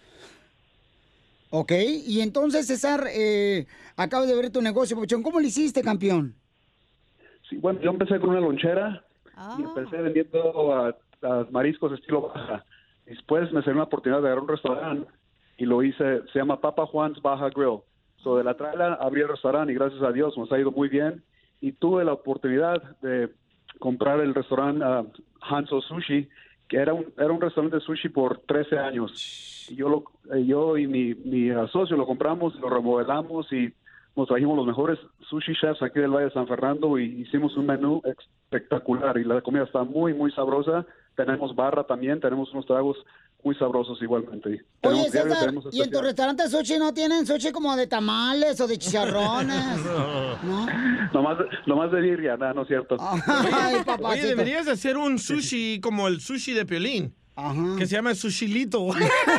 Ok, y entonces, César, eh, acabo de ver tu negocio, Papuchón. ¿Cómo lo hiciste, campeón? sí, bueno, yo empecé con una lonchera Ah. y empecé vendiendo a, a mariscos estilo baja. Después me salió una oportunidad de agarrar un restaurante y lo hice, se llama Papa Juan's Baja Grill. So, de la trala abrí el restaurante y gracias a Dios nos ha ido muy bien. Y tuve la oportunidad de comprar el restaurante uh, Hanzo Sushi, que era un, era un restaurante de sushi por trece años. Y yo, lo, eh, yo y mi, mi uh, socio lo compramos, lo remodelamos y nos trajimos los mejores sushi chefs aquí del Valle de San Fernando y hicimos un menú espectacular y la comida está muy, muy sabrosa. Tenemos barra también, tenemos unos tragos muy sabrosos igualmente. Oye, Tenemos diario, César, tenemos ¿y en tu especial. restaurante sushi no tienen sushi como de tamales o de chicharrones? ¿No? Nomás, nomás de birria, nada, no es cierto. Ay, Oye, papacito. deberías de hacer un sushi como el sushi de Piolín. Que se llama Sushilito.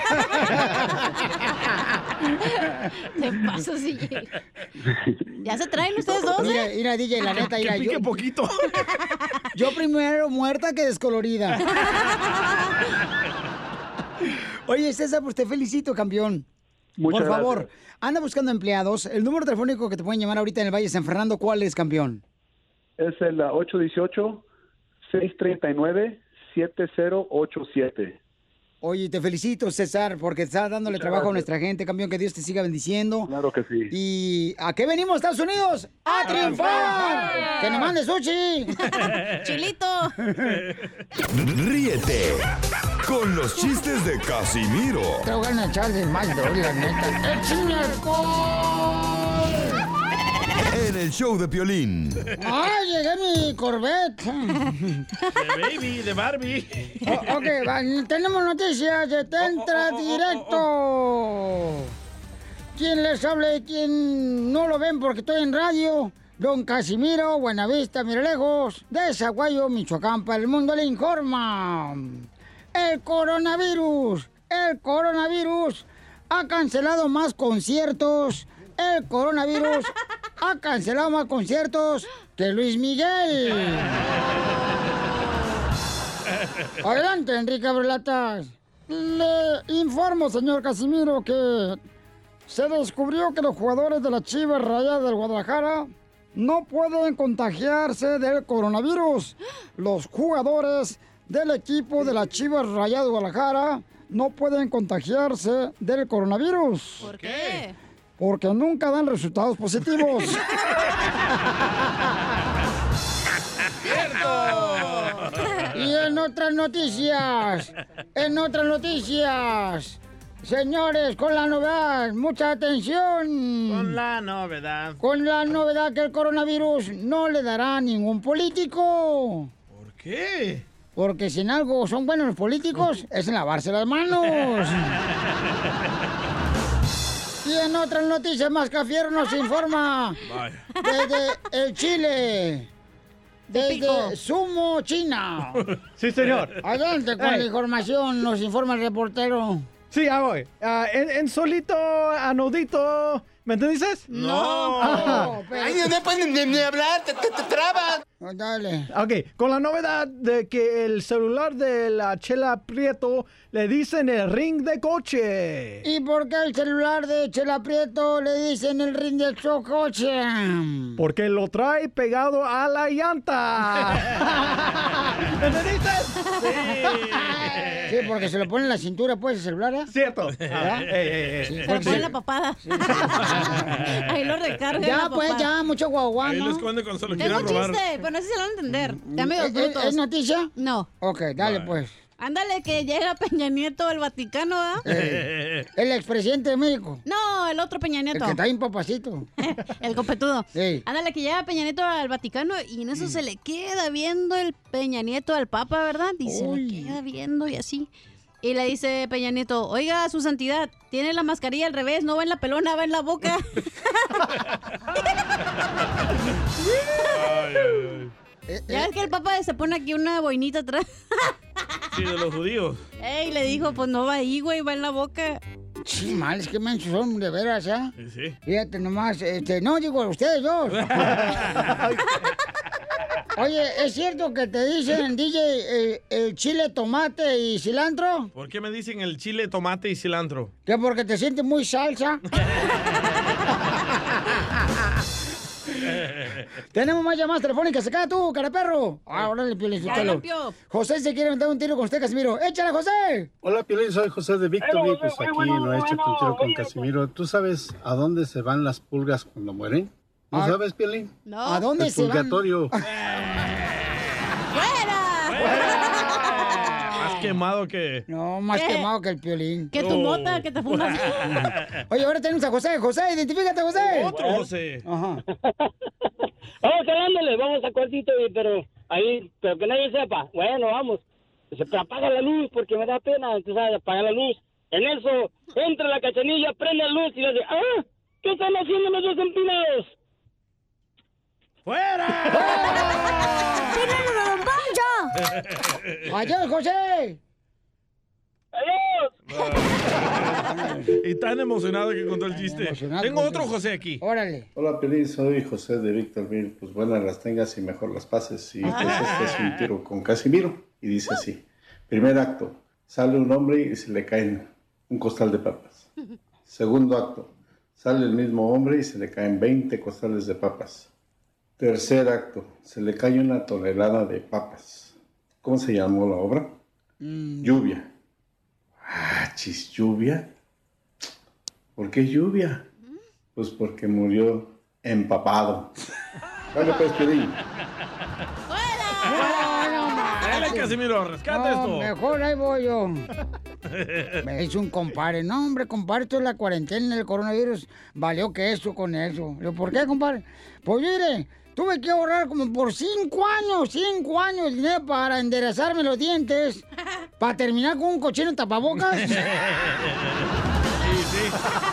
Te pasa, sí. ¿Ya se traen ustedes dos, Mira, eh? mira, D J, la neta, Que mira. pique yo, poquito. yo primero muerta que descolorida. Oye, César, pues te felicito, campeón. Muchas Por favor, gracias. anda buscando empleados. El número telefónico que te pueden llamar ahorita en el Valle de San Fernando, ¿cuál es, campeón? Es el uh, ocho uno ocho, seis tres nueve, siete cero ocho siete. Oye, te felicito, César, porque estás dándole Muchas trabajo a gracias. nuestra gente, campeón, que Dios te siga bendiciendo. Claro que sí. ¿Y a qué venimos, Estados Unidos? ¡A triunfar! ¡Que nos mande sushi! ¡Chilito! Ríete con los chistes de Casimiro Te voy a echar de mal, la neta. ¡Échame alcohol! en el show de Piolín. ¡Ay, llegué mi Corvette! De Baby, de Barbie. O- ok, va, tenemos noticias de Tentra Directo. ¿Quién les habla y quién no lo ven porque estoy en radio? Don Casimiro, Buenavista, Miralejos, de Zaguayo, Michoacán, para el mundo le informa. El coronavirus, el coronavirus ha cancelado más conciertos. El coronavirus ha cancelado más conciertos que Luis Miguel. Adelante, Enrique Abrelatas. Le informo, señor Casimiro, que se descubrió que los jugadores de las Chivas Rayadas del Guadalajara no pueden contagiarse del coronavirus. Los jugadores del equipo de las Chivas Rayadas de Guadalajara no pueden contagiarse del coronavirus. ¿Por qué? Porque nunca dan resultados positivos. Y en otras noticias, en otras noticias, señores, con la novedad, mucha atención. Con la novedad. Con la novedad que el coronavirus no le dará a ningún político. ¿Por qué? Porque si en algo son buenos los políticos, es en lavarse las manos. Y en otras noticias, Mascafierro nos informa Vaya. desde el Chile, Típico. desde Sumo, China. Sí, señor. Adelante con Hey. la información, nos informa el reportero. Sí, ya voy. Ah, en, en solito, anudito. ¿Me entiendes? No. Ajá. pero- Ay, no pueden ni, ni hablar, te, te, te trabas. Oh, dale. Ok, con la novedad de que el celular de la Chela Prieto le dicen el ring de coche. ¿Y por qué el celular de Chela Prieto le dicen el ring de su coche? Porque lo trae pegado a la llanta. ¿Entendiste? Sí, porque se lo pone en la cintura, pues, el celular, ¿eh? Cierto. ¿Verdad? Ey, ey, ey. Sí, Se le porque- pone en la papada. Ahí lo recarga. Ya, en la pues, papada. ya, mucho guaguá, Ahí ¿no? lo esconde cuando se lo Tengo quieren un robar. chiste, pero no sé si lo van a entender. Ya medio ¿Es, es- brutos. es noticia? No. Ok, dale, pues. Ándale, que llega Peña Nieto al Vaticano, ¿ah? Eh, el expresidente de México. No, el otro Peña El Nieto. que está bien papacito. El copetudo. Sí. Ándale, que llega Peña Nieto al Vaticano y en eso se le queda viendo el Peña Nieto al Papa, ¿verdad? Y se le queda viendo y así. Y le dice Peña Nieto, oiga, su santidad, tiene la mascarilla al revés, no va en la pelona, va en la boca. Ya ves que el Papa se pone aquí una boinita atrás. Sí, de los judíos. Ey, le dijo, pues no va ahí, güey, va en la boca. Sí, mal, es que mensos son de veras, ¿ya? Sí, sí. Fíjate nomás, este, no, digo, ustedes dos. Oye, ¿es cierto que te dicen, D J, eh, el chile, tomate y cilantro? ¿Por qué me dicen el chile, tomate y cilantro? Que porque te sientes muy salsa. Tenemos más llamadas telefónicas. Se queda tú, caraperro. Ahora le pides Ya, limpio. José se quiere meter un tiro con usted, Casimiro. ¡Échale, José! Hola, Piolín, soy José de Victorville, pues aquí no he hecho un tiro con Casimiro. ¿Tú sabes a dónde se van las pulgas cuando mueren? ¿No Ah. sabes, Piolín? No. ¿A dónde El se van? purgatorio. Más quemado que... No, más ¿Qué? quemado que el Piolín. Que tu mota, que te fumas. Oye, ahora tenemos a José. José, identifícate, José. Otro José. Ajá. Vamos calándole, vamos a cuartito, y- pero ahí, pero que nadie sepa. Bueno, vamos. Dice, pero apaga la luz porque me da pena. Entonces, apaga la luz. En eso, entra la Cachanilla, prende la luz y le dice, ¡ah! ¿Qué están haciendo los dos empinados? ¡Fuera! ¡Tírenlo a Don Pancho! ¡Adiós, José! Y tan emocionado que contó el chiste. emocionado Tengo con- otro José aquí. Órale. Hola, Piolín, soy José de Victorville. Pues buenas las tengas y mejor las pases. Y pues este es un tiro con Casimiro. Y dice así. Primer acto. Sale un hombre y se le caen un costal de papas. Segundo acto. Sale el mismo hombre y se le caen veinte costales de papas. Tercer acto. Se le cae una tonelada de papas. ¿Cómo se llamó la obra? Lluvia. Ah, chis, lluvia. ¿Por qué lluvia? Pues porque murió empapado. Dale pues, Piolín. Dale, Casimiro, rescata No, esto. mejor ahí voy yo. Me hizo un compadre. No, hombre, compadre, esto es la cuarentena, el coronavirus. Valió que eso con eso. Le digo, ¿por qué, compadre? Pues mire, tuve que ahorrar como por cinco años, cinco años dinero para enderezarme los dientes. Para terminar con un cochino tapabocas. Sí, sí.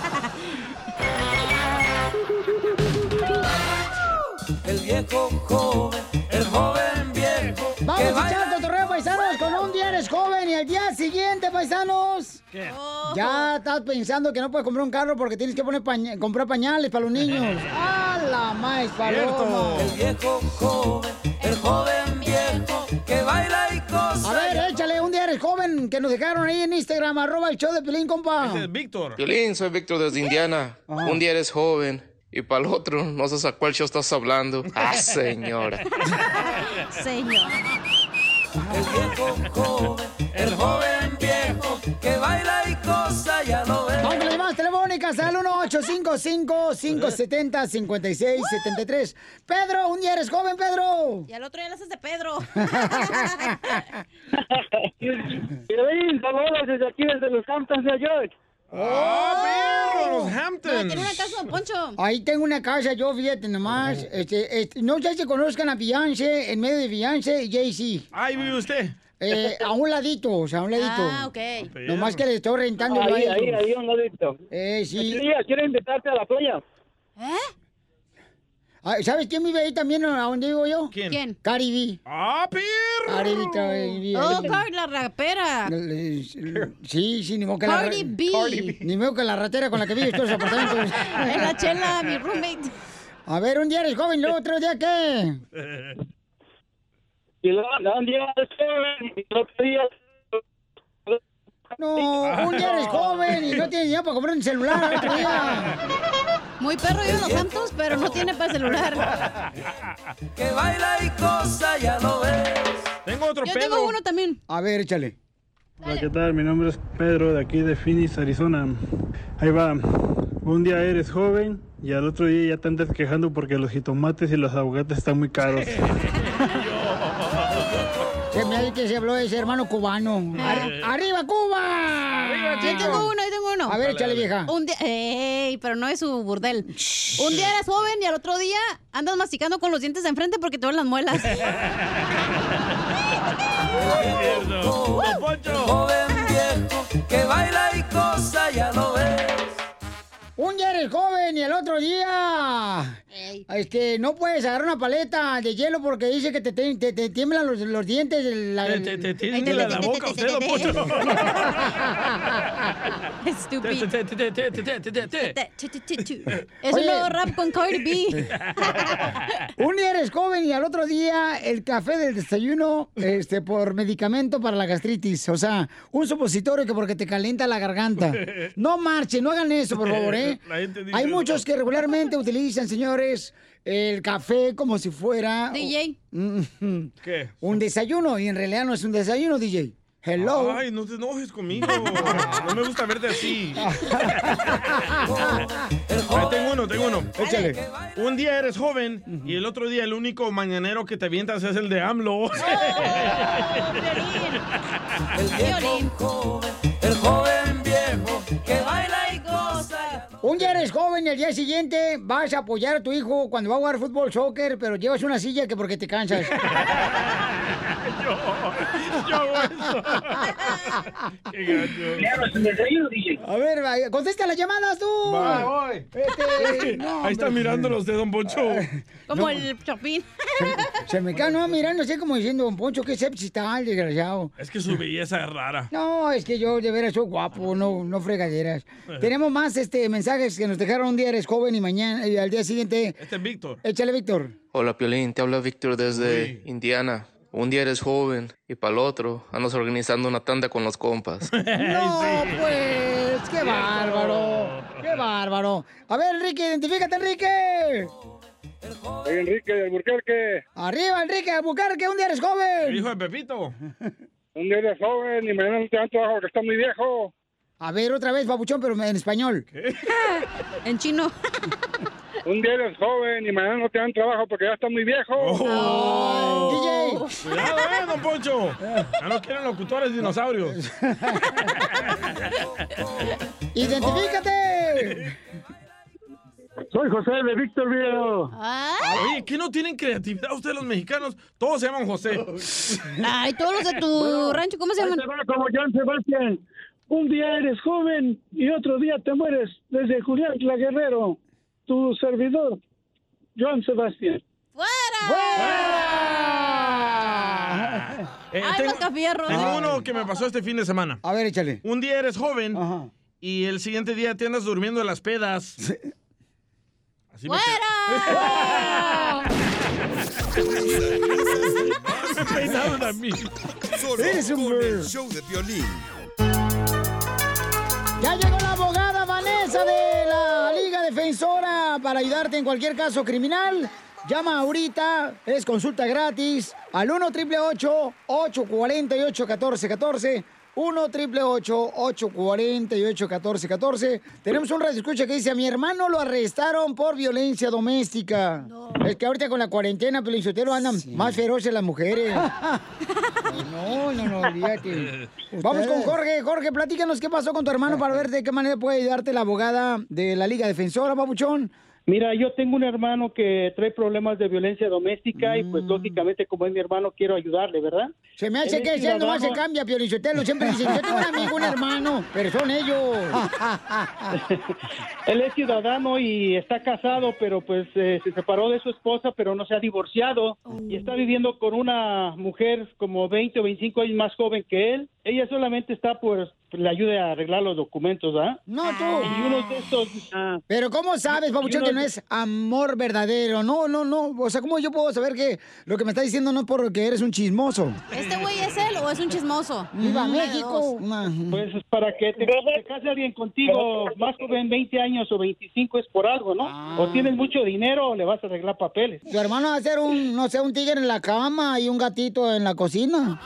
El viejo joven, el joven viejo. Vamos a escuchar cotorreo, paisanos, con un día eres joven y al día siguiente, paisanos. ¿Qué? Ya estás pensando que no puedes comprar un carro porque tienes que poner paña- comprar pañales para los niños. ¡Ah, la maíz, paloma! El viejo joven, el joven viejo que baila y cosa. A ver, échale, un día eres joven que nos dejaron ahí en Instagram, arroba el show de Pelín, compa. Ese es Víctor. Piolín, soy Víctor desde Indiana. Ajá. Un día eres joven y para el otro no sé a cuál show estás hablando. Ah, señora. Señor. El viejo joven, el joven viejo que baila y cosa, ya lo ves. Vamos con las llamadas telefónicas al uno ocho cinco cinco, cinco siete cero, cinco seis siete tres. Pedro, un día eres joven, Pedro. Y al otro día le haces de Pedro. Piolín, saludos desde aquí, desde los Hamptons, Nueva York. ¡Oh, perro! Los No, Hamptons. tiene una casa, Don Poncho. Ahí tengo una casa yo, fíjate nomás. Este, este, no sé si conozcan a Beyoncé, en medio de Beyoncé y Jay-Z. Ahí vive usted. Eh, a un ladito, o sea, a un ladito. Ah, ok. Nomás que le estoy rentando yo a Ahí, ahí, ellos. ahí, un ladito. Eh, sí. Cachanilla, quiero invitarte a la playa. Ah, ¿sabes quién vive ahí también, a donde vivo yo? ¿Quién? ¿Quién? Cari B. ¡Ah, perro! Cari B también vive Oh, ahí. Cardi, la rapera. Sí, sí, ni modo que la... Cardi B. Cardi B. Ni modo que la ratera con la que vives todos los apartamentos. Es la chela, mi roommate. A ver, un día eres joven, luego otro día, ¿qué? y luego un día eres joven y el otro día... No, un día eres joven y no tienes dinero para comprar un celular el otro día. Muy perro yo en los Santos, pero no tiene para celular. Que baila y cosa, ya lo ves. Tengo otro Yo pedo. tengo uno también. A ver, échale. Hola, ¿qué tal? Mi nombre es Pedro, de aquí de Phoenix, Arizona. Ahí va. Un día eres joven y al otro día ya te andas quejando porque los jitomates y los aguacates están muy caros. Se me hace que se habló de ese hermano cubano. Ar- ¡Arriba, Cuba! Arriba, yo tengo uno, yo tengo uno. A ver, échale, vieja. Un día, ey, pero no es su burdel. Un día eres joven y al otro día andas masticando con los dientes de enfrente porque te duelen las muelas. Joven viejo que baila y cosa, ya lo ves. Un día eres joven y el otro día este, no puedes agarrar una paleta de hielo porque dice que te, te, te, te tiemblan los, los dientes. La, Te, te, te tiembla la boca usted, don Poncho. Estúpido. Te, te, te, te, te, te, te, te. Es un Oye. nuevo rap con Cardi B. Un día eres joven y al otro día el café del desayuno este, por medicamento para la gastritis. O sea, un supositorio que porque te calienta la garganta. No marchen, no hagan eso, por favor, ¿eh? La gente dice Hay eso. muchos que regularmente utilizan, señores, el café como si fuera... D J. ¿Qué? Un desayuno y en realidad no es un desayuno, D J. Hello. Ay, no te enojes conmigo. No me gusta verte así. Ahí tengo uno, tengo uno. Échale. Un día eres joven y el otro día el único mañanero que te avientas es el de AMLO. El viejo joven, el joven viejo que baila y goza. Un día eres joven y al día siguiente vas a apoyar a tu hijo cuando va a jugar fútbol, soccer, pero llevas una silla que porque te cansas. yo, yo hago eso. Qué gacho. A ver, va, contesta las llamadas tú. Va. Voy. Este, no, Ahí está hombre. mirando los de Don Poncho. Como No. el Chapín. Se me cae, no, mirando así como diciendo, Don Poncho, qué sepsis tal, desgraciado. Es que su belleza es rara. No, es que yo de veras soy guapo, no, no fregaderas. Tenemos más este mensajes que nos dejaron un día eres joven y mañana y al día siguiente. Este es Víctor. Échale, Víctor. Hola Piolín, te habla Víctor desde Indiana. Un día eres joven y para el otro andas organizando una tanda con los compas. No, pues, qué bárbaro, qué bárbaro. A ver, Enrique, identifícate, Enrique. Soy Enrique de Alburquerque. Arriba, Enrique, Albuquerque, un día eres joven. El hijo de Pepito. Un día eres joven y mañana no te dan trabajo porque estás muy viejo. A ver, otra vez, babuchón, pero en español. En chino. Un día eres joven y mañana no te dan trabajo porque ya estás muy viejo. Oh. D J. Cuidado, eh, Don Poncho. Ya no quieren locutores dinosaurios. ¡Identifícate! Soy José de Victorville. Oye, ¿qué no tienen creatividad ustedes los mexicanos? Todos se llaman José. Ay, todos los de tu Bueno, rancho, ¿cómo se llaman? ahí te va como Joan Sebastián. Un día eres joven y otro día te mueres. Desde Julián La Guerrero, tu servidor, Joan Sebastián. Eh, Ay, tengo, los cafierros. tengo uno que me pasó este fin de semana. A ver, échale. Un día eres joven y el siguiente día te andas durmiendo en las pedas. Así me Me peinaron a mí. Solo Es un con el bird. show de Piolín. Ya llegó la abogada Vanessa de la Liga Defensora para ayudarte en cualquier caso criminal. Llama ahorita, es consulta gratis al uno triple ocho, ocho cuatro ocho, uno cuatro uno cuatro. uno triple ocho, ocho cuatro ocho, uno cuatro uno cuatro. Tenemos un radioescucha que dice, a mi hermano lo arrestaron por violencia doméstica. Es que ahorita con la cuarentena, Pelinchotero, andan más feroces las mujeres. No, no, no, olvídate. Vamos con Jorge. Jorge, platícanos qué pasó con tu hermano para ver de qué manera puede ayudarte la abogada de la Liga Defensora, babuchón. Mira, yo tengo un hermano que trae problemas de violencia doméstica y pues lógicamente como es mi hermano quiero ayudarle, ¿verdad? Se me hace Él que es ese nomás se ciudadano. cambia, Piolichotelo. Siempre dicen, yo tengo un amigo, un hermano, pero son ellos. Él es ciudadano y está casado, pero pues eh, se separó de su esposa, pero no se ha divorciado y está viviendo con una mujer como veinte o veinticinco años más joven que él. Ella solamente está pues le ayude a arreglar los documentos, ¿ah? No, tú. Y uno de estos... ah, Pero ¿cómo sabes, papuchón, uno- que no es amor verdadero? No, no, no. O sea, ¿cómo yo puedo saber que lo que me está diciendo no es porque eres un chismoso? ¿Este güey es él o es un chismoso? ¡Viva Una de México! dos. Pues es para que te, te case alguien contigo más joven, veinte años o veinticinco, es por algo, ¿no? Ah. O tienes mucho dinero o le vas a arreglar papeles. Tu hermano va a ser un, no sé, un tigre en la cama y un gatito en la cocina.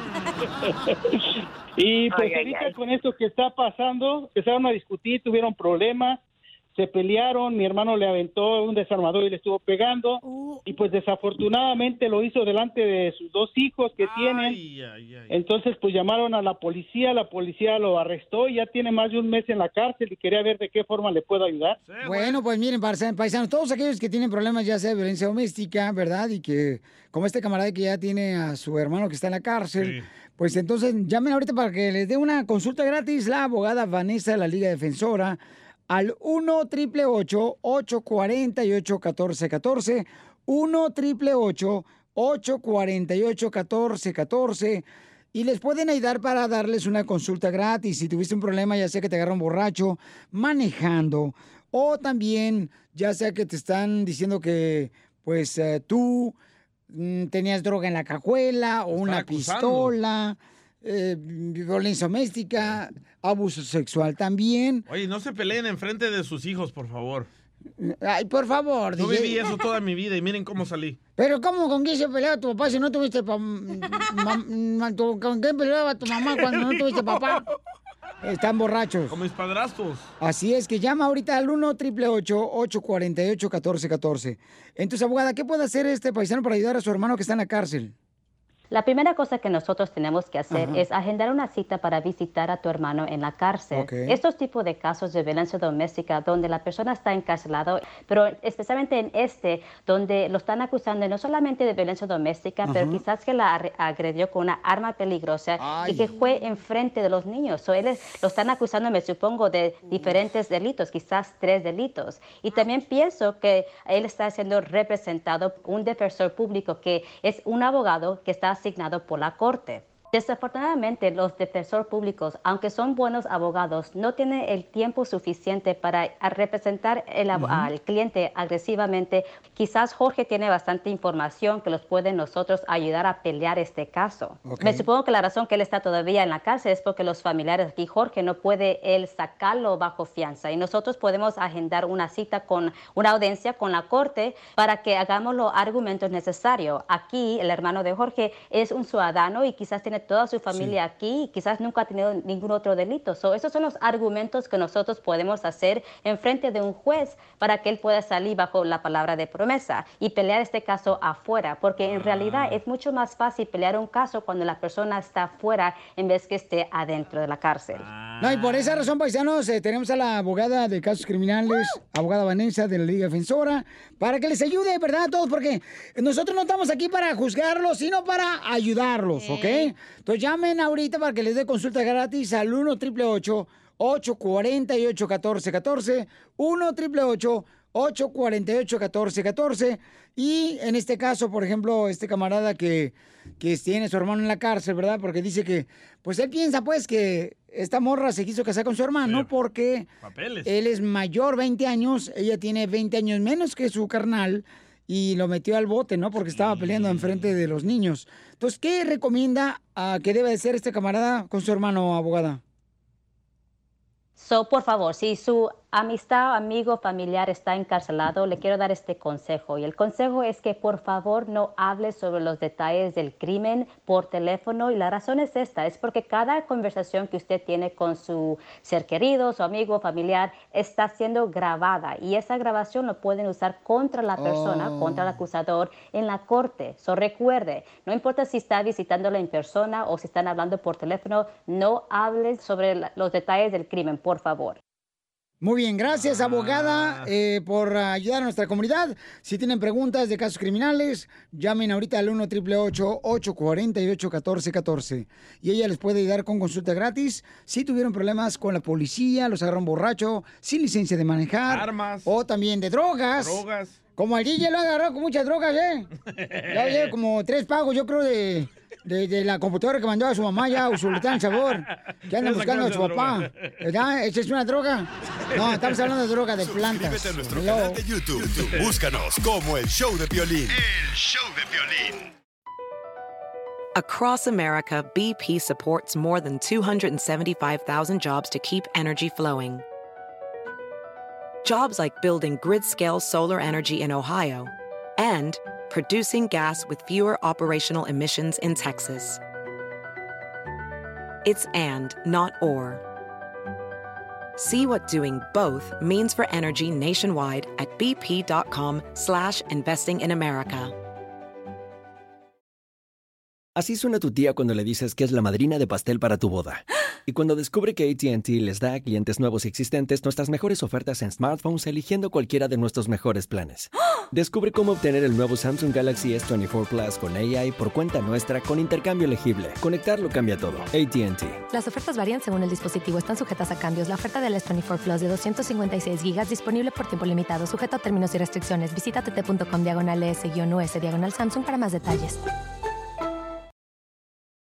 Y pues Ay, ay, ahorita ay. con esto que está pasando, empezaron a discutir, tuvieron problemas, se pelearon, mi hermano le aventó un desarmador y le estuvo pegando, y pues desafortunadamente lo hizo delante de sus dos hijos que tienen. Entonces pues llamaron a la policía, la policía lo arrestó y ya tiene más de un mes en la cárcel y quería ver de qué forma le puedo ayudar. Bueno, pues miren, parce- paisanos, todos aquellos que tienen problemas ya sea de violencia doméstica, ¿verdad? Y que, como este camarada que ya tiene a su hermano que está en la cárcel, pues entonces llamen ahorita para que les dé una consulta gratis la abogada Vanessa de la Liga Defensora al uno triple ocho, ocho cuatro ocho, uno cuatro uno cuatro, uno triple ocho, ocho cuatro ocho, uno cuatro uno cuatro, y les pueden ayudar para darles una consulta gratis si tuviste un problema, ya sea que te agarran borracho manejando, o también ya sea que te están diciendo que pues eh, tú mm, tenías droga en la cajuela o una acusando. pistola, eh, violencia doméstica, abuso sexual también. Oye, no se peleen enfrente de sus hijos, por favor. Ay, por favor, Yo D J. viví eso toda mi vida y miren cómo salí. Pero ¿cómo con quién se peleaba tu papá si no tuviste pa- ma- ma- tu- ¿Con quién peleaba tu mamá cuando no tuviste papá? Están borrachos. Con mis padrastros. Así es, que llama ahorita al uno triple ocho, ocho cuatro ocho, uno cuatro uno cuatro. Entonces, abogada, ¿qué puede hacer este paisano para ayudar a su hermano que está en la cárcel? La primera cosa que nosotros tenemos que hacer Ajá. es agendar una cita para visitar a tu hermano en la cárcel. Ok. Estos tipos de casos de violencia doméstica donde la persona está encarcelada, pero especialmente en este, donde lo están acusando no solamente de violencia doméstica, Ajá. pero quizás que la ar- agredió con una arma peligrosa Ay. y que fue enfrente de los niños. So, él es- lo están acusando, me supongo, de diferentes delitos, quizás tres delitos. Y también pienso que él está siendo representado por un defensor público que es un abogado que está asignado por la corte. Desafortunadamente, los defensores públicos, aunque son buenos abogados, no tienen el tiempo suficiente para a representar el abo- Ujú. al cliente agresivamente. Quizás Jorge tiene bastante información que los puede nosotros ayudar a pelear este caso. Ok. Me supongo que la razón que él está todavía en la cárcel es porque los familiares aquí, Jorge, no puede él sacarlo bajo fianza y nosotros podemos agendar una cita con una audiencia con la corte para que hagamos los argumentos necesarios. Aquí, el hermano de Jorge es un ciudadano y quizás tiene toda su familia aquí y quizás nunca ha tenido ningún otro delito. So, esos son los argumentos que nosotros podemos hacer en frente de un juez para que él pueda salir bajo la palabra de promesa y pelear este caso afuera, porque en realidad es mucho más fácil pelear un caso cuando la persona está afuera en vez que esté adentro de la cárcel. No, y por esa razón, paisanos, eh, tenemos a la abogada de casos criminales, abogada Vanessa de la Liga Defensora, para que les ayude, ¿verdad? A todos, porque nosotros no estamos aquí para juzgarlos, sino para ayudarlos, ¿ok? Entonces llamen ahorita para que les dé consulta gratis al uno triple ocho, ocho cuatro ocho, uno cuatro uno cuatro, uno triple ocho, ocho cuatro ocho, uno cuatro uno cuatro. Y en este caso, por ejemplo, este camarada que, que tiene a su hermano en la cárcel, ¿verdad? Porque dice que, pues él piensa pues que esta morra se quiso casar con su hermano porque Papeles. él es mayor, veinte años, ella tiene veinte años menos que su carnal y lo metió al bote, ¿no? Porque estaba peleando enfrente de los niños. Entonces, ¿qué recomienda ah, que debe de ser este camarada con su hermano, abogada? So, por favor, si su amistad, amigo, familiar está encarcelado, le quiero dar este consejo. Y el consejo es que por favor no hable sobre los detalles del crimen por teléfono. Y la razón es esta, es porque cada conversación que usted tiene con su ser querido, su amigo, familiar, está siendo grabada. Y esa grabación lo pueden usar contra la persona, Oh. contra el acusador en la corte. So, recuerde, no importa si está visitándolo en persona o si están hablando por teléfono, no hable sobre la- los detalles del crimen, por favor. Muy bien, gracias, abogada, eh, por ayudar a nuestra comunidad. Si tienen preguntas de casos criminales, llamen ahorita al uno triple ocho, ocho cuatro ocho, uno cuatro uno cuatro. Y ella les puede ayudar con consulta gratis si tuvieron problemas con la policía, los agarraron borracho, sin licencia de manejar. Armas. O también de drogas. Drogas. Como el D J lo ha agarrado con muchas drogas, ¿eh? Ya lleva como tres pagos, yo creo, de, de, de la computadora que mandó a su mamá ya, o su Sultán Sabor, que andan buscando a su papá. ¿Verdad? ¿Esa es una droga? No, estamos hablando de droga, de plantas. Suscríbete a nuestro canal de YouTube. YouTube. Búscanos como El Show de Piolín. El Show de Piolín. Across America, B P supports more than two hundred seventy-five thousand jobs to keep energy flowing. Jobs like building grid-scale solar energy in Ohio and producing gas with fewer operational emissions in Texas. It's and, not or. See what doing both means for energy nationwide at bp.com slash investing in America. Así suena tu tía cuando le dices que es la madrina de pastel para tu boda. Y cuando descubre que A T and T les da a clientes nuevos y existentes nuestras mejores ofertas en smartphones eligiendo cualquiera de nuestros mejores planes. Descubre cómo obtener el nuevo Samsung Galaxy S veinticuatro Plus con A I por cuenta nuestra con intercambio elegible. Conectarlo cambia todo. A T and T. Las ofertas varían según el dispositivo. Están sujetas a cambios. La oferta del S veinticuatro Plus de doscientos cincuenta y seis gigas disponible por tiempo limitado. Sujeto a términos y restricciones. Visita tt.com diagonal S-U S diagonal Samsung para más detalles.